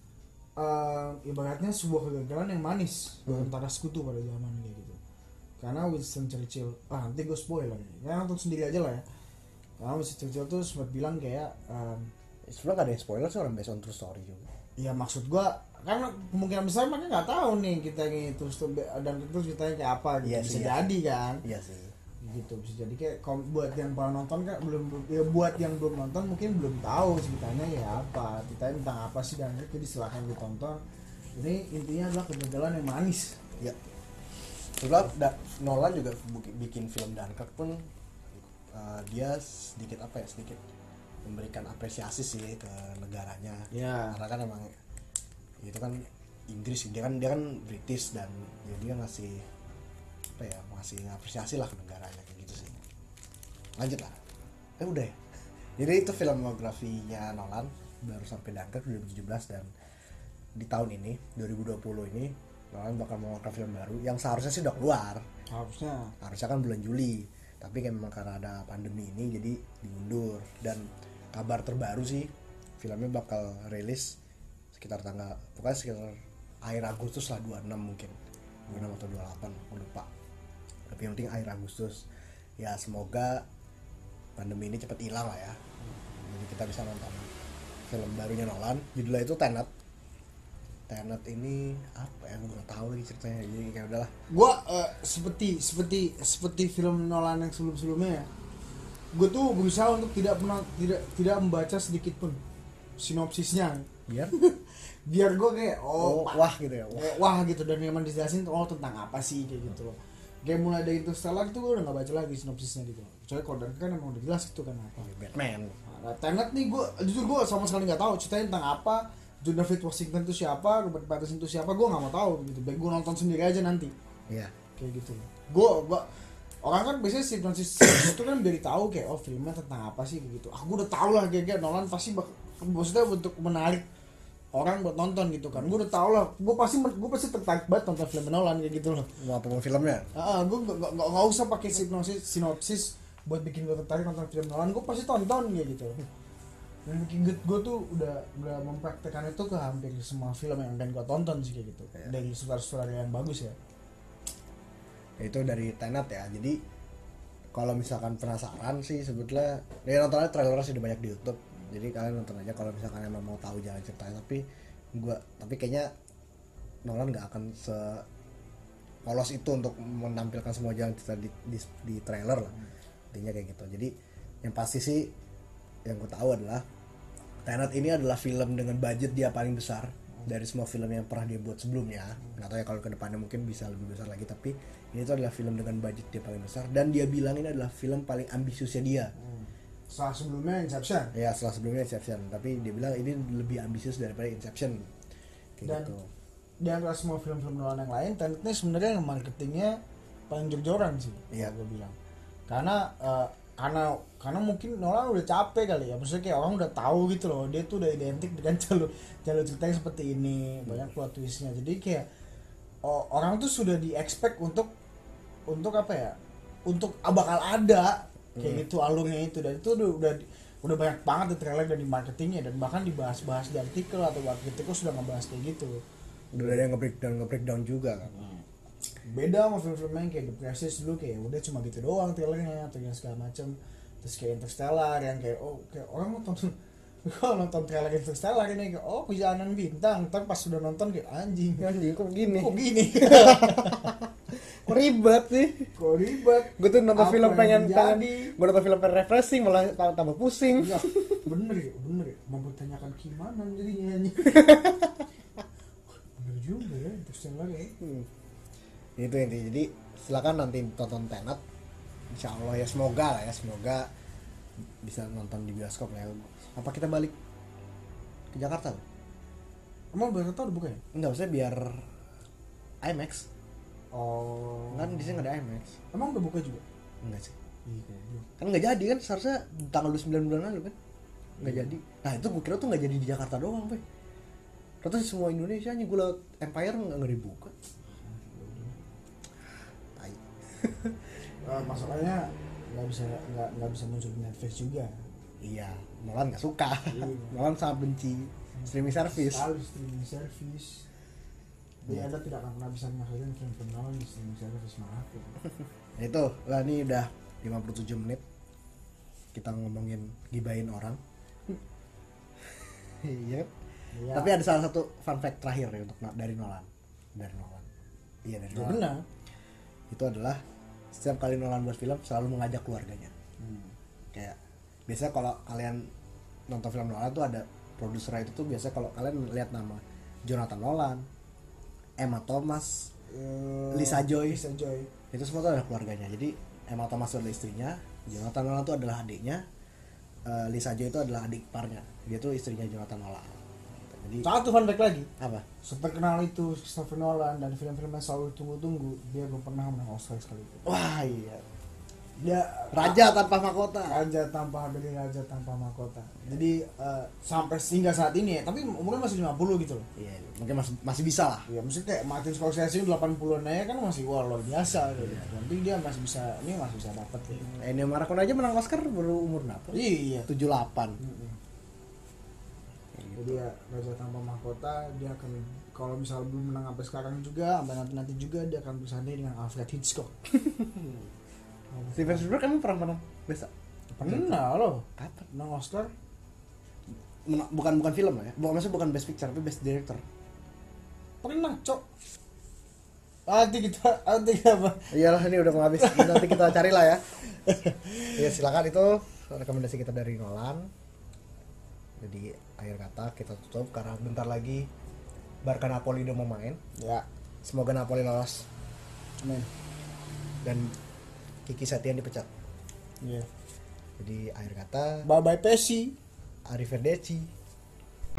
Speaker 2: ibaratnya sebuah kegagalan yang manis buat tentara sekutu pada zaman kayak gitu. Karena Winston Churchill, nanti gue spoiler nih, ya nonton sendiri aja lah ya. Karena Winston Churchill tuh sempat bilang kayak
Speaker 1: sebenarnya gak ada yang spoiler sih, orang based on true story juga.
Speaker 2: Ya maksud gue, karena kemungkinan besar mereka nggak tahu nih kita gitu, dan itu ceritanya kayak apa gitu.
Speaker 1: Iya,
Speaker 2: bisa
Speaker 1: iya.
Speaker 2: Jadi kan.
Speaker 1: Iya sih.
Speaker 2: Gitu bisa jadi kayak buat yang pernah nonton kan buat yang belum nonton mungkin belum tahu ceritanya ya apa, ceritanya tentang apa sih, dan jadi silakan ditonton. Ini intinya adalah kegagalan yang manis.
Speaker 1: Ya. Sebenarnya Nolan juga bikin film Dunkirk pun dia sedikit memberikan apresiasi sih ke negaranya.
Speaker 2: Ya.
Speaker 1: Karena kan emang itu kan Inggris, dia kan British, dan ya dia ngasih apresiasi lah ke negaranya kayak gitu sih. Lanjut lah. Udah ya. Jadi itu filmografinya Nolan baru sampai Dunkirk 2017, dan di tahun ini 2020 ini Nolan bakal mengeluarkan film baru yang seharusnya sih udah keluar. Harusnya kan bulan Juli, tapi kan memang karena ada pandemi ini jadi diundur. Dan kabar terbaru sih filmnya bakal rilis sekitar akhir Agustus lah, 26 mungkin, 26 atau 28, aku lupa. Tapi yang penting akhir Agustus. Ya semoga pandemi ini cepat hilang lah ya. Jadi kita bisa nonton film barunya Nolan. Judulnya itu Tenet ini apa ya, gue gak tahu lagi ceritanya. Jadi kayak udahlah.
Speaker 2: Gue seperti film Nolan yang sebelumnya ya, gue tuh berusaha untuk tidak membaca sedikit pun sinopsisnya. Biar gue kayak
Speaker 1: wah gitu ya.
Speaker 2: Wah gitu, dan memang dijelasin tentang apa sih kayak gitu loh. Kayak mulai dari Interstellar itu gue udah gak baca lagi sinopsisnya gitu. Kecuali kalau Dunkirk kan emang udah jelas gitu kan apa.
Speaker 1: Batman.
Speaker 2: Nah, Tenet nih gue sama sekali nggak tahu ceritanya tentang apa. John David Washington itu siapa, Robert Pattinson itu siapa, gue nggak mau tahu gitu. Baik gue nonton sendiri aja nanti.
Speaker 1: Iya.
Speaker 2: Kayak gitu. Gue orang kan biasanya sinopsis itu kan dari tahu kayak filmnya tentang apa sih begitu. Gue udah tahu lah kayak Nolan pasti maksudnya untuk menarik orang buat nonton gitu kan. Gue udah tahu lah. Gue pasti tertarik banget nonton film Nolan kayak gitu loh.
Speaker 1: Mau apa filmnya?
Speaker 2: Gue nggak usah pakai sinopsis buat bikin gue tertarik nonton film Nolan. Gue pasti tonton kayak gitu. Dan bikin gue tuh udah mempraktekkan itu ke hampir semua film yang akan gue tonton sih kayak gitu. Dari sutradara yang bagus ya.
Speaker 1: Itu dari Tenet ya. Jadi kalau misalkan penasaran sih sebetulnya ya nonton aja, trailernya sudah banyak di YouTube. Jadi kalian nonton aja kalau misalkan emang mau tahu jalan ceritanya. Tapi kayaknya Nolan nggak akan polos itu untuk menampilkan semua jalan cerita di trailer lah. Intinya kayak gitu. Jadi yang pasti sih yang gue tahu adalah Tenet ini adalah film dengan budget dia paling besar dari semua film yang pernah dia buat sebelumnya. Nggak tahu ya kalau kedepannya mungkin bisa lebih besar lagi, tapi ini tuh adalah film dengan budget dia paling besar dan dia bilang ini adalah film paling ambisiusnya dia.
Speaker 2: Setelah sebelumnya Inception.
Speaker 1: Ya setelah sebelumnya Inception, tapi dia bilang ini lebih ambisius daripada Inception. Kayak
Speaker 2: Dan
Speaker 1: gitu.
Speaker 2: Di antara semua film-film Nolan yang lain, Tenet ini sebenarnya yang marketingnya paling jor-joran sih.
Speaker 1: Iya.
Speaker 2: Gue bilang. Karena mungkin Nolan udah capek kali ya, maksudnya kayak orang udah tahu gitu loh, dia tuh udah identik dengan jalur ceritanya seperti ini, banyak plot twistnya, jadi kayak orang tuh sudah di-expect untuk apa ya, untuk bakal ada kayak gitu alurnya itu, dan itu udah banyak banget di trailer dan di marketingnya, dan bahkan dibahas-bahas di artikel atau artikel sudah ngebahas kayak gitu.
Speaker 1: Udah ada yang nge-breakdown juga kan.
Speaker 2: Beda sama film-film yang kayak The Prestige dulu, kayak udah cuma gitu doang trailernya atau yang segala macam. Terus kayak Interstellar yang kayak kayak orang nonton trailer Interstellar ini kayak perjalanan bintang, tapi pas sudah nonton kayak anjing
Speaker 1: Kok gini? Kok ribet sih? Gue tuh nonton film pengen gue nonton film pengen refreshing malah tambah pusing.
Speaker 2: Ya, bener ya mempertanyakan gimana jadinya anjing. Bener juga ya Interstellar ya.
Speaker 1: Itu intinya. Jadi silakan nanti tonton Tenet. Insyaallah ya, semoga bisa nonton di bioskop lah ya. Apa kita balik ke Jakarta?
Speaker 2: Emang Jakarta udah buka ya?
Speaker 1: Enggak, maksudnya biar IMAX. Kan di sini nggak ada IMAX.
Speaker 2: Emang udah buka juga?
Speaker 1: Enggak sih.
Speaker 2: Iya.
Speaker 1: Kan nggak jadi kan, seharusnya tanggal 29 bulan lalu kan. Nggak jadi. Nah itu gue kira tuh nggak jadi di Jakarta doang, Pak. Ternyata semua Indonesia nya gue liat Empire nggak dibuka.
Speaker 2: Masalahnya nggak bisa muncul di Netflix juga.
Speaker 1: Iya, Nolan nggak suka.
Speaker 2: Iya.
Speaker 1: Nolan sangat benci streaming service.
Speaker 2: Sekali streaming service. Jadi Anda tidak akan pernah bisa menghasilkan film-film Nolan di streaming service, maaf ya.
Speaker 1: Nah itu lah, ini udah 57 menit kita ngomongin gibain orang. Iya.
Speaker 2: Ya.
Speaker 1: Tapi ada salah satu fun fact terakhir ya untuk dari Nolan. Iya dari Nolan.
Speaker 2: Benar.
Speaker 1: Itu adalah setiap kali Nolan buat film selalu mengajak keluarganya. Kayak biasanya kalau kalian nonton film Nolan tuh ada produser itu tuh, biasanya kalau kalian lihat nama Jonathan Nolan, Emma Thomas, Lisa Joy, itu semua tuh adalah keluarganya. Jadi Emma Thomas itu adalah istrinya, Jonathan Nolan itu adalah adiknya, Lisa Joy itu adalah adik iparnya. Dia tuh istrinya Jonathan Nolan. Jadi
Speaker 2: Satu fun fact lagi.
Speaker 1: apa?
Speaker 2: Seterkenal itu Christopher Nolan dan film-film yang selalu tunggu-tunggu, dia belum pernah menang Oscar sekali.
Speaker 1: Wah iya.
Speaker 2: Dia
Speaker 1: Raja tanpa mahkota.
Speaker 2: raja tanpa mahkota. Jadi sampai hingga saat ini ya, tapi umurnya masih 50 gitu loh.
Speaker 1: Iya, mungkin masih bisa lah.
Speaker 2: Ya maksudnya kayak Martin Scorsese 80-an aja kan masih luar biasa gitu. Nanti dia masih bisa dapat ya.
Speaker 1: Ennio Morricone aja menang Oscar baru umur berapa?
Speaker 2: Iya.
Speaker 1: 78.
Speaker 2: Jadi ya raja tanpa mahkota, dia akan kalau misalnya belum menang sampai sekarang juga, sampai nanti juga dia akan bersanding dengan Alfred Hitchcock.
Speaker 1: Steven Spielberg kamu pernah menang Best?
Speaker 2: Pernah loh.
Speaker 1: Kapan?
Speaker 2: Menang Oscar.
Speaker 1: Bukan film lah ya. Maksudnya bukan Best Picture tapi Best Director.
Speaker 2: Pernah, Cok. Nanti apa?
Speaker 1: Iyalah, ini udah mau habis. Nanti kita carilah ya. Ya silakan, itu rekomendasi kita dari Nolan. Jadi akhir kata kita tutup karena bentar lagi Barca Napoli udah mau main.
Speaker 2: Ya.
Speaker 1: Semoga Napoli lolos.
Speaker 2: Amin.
Speaker 1: Dan Kiki Setian dipecat.
Speaker 2: Iya.
Speaker 1: Jadi akhir kata
Speaker 2: Bye bye Pesi.
Speaker 1: Arrivederci.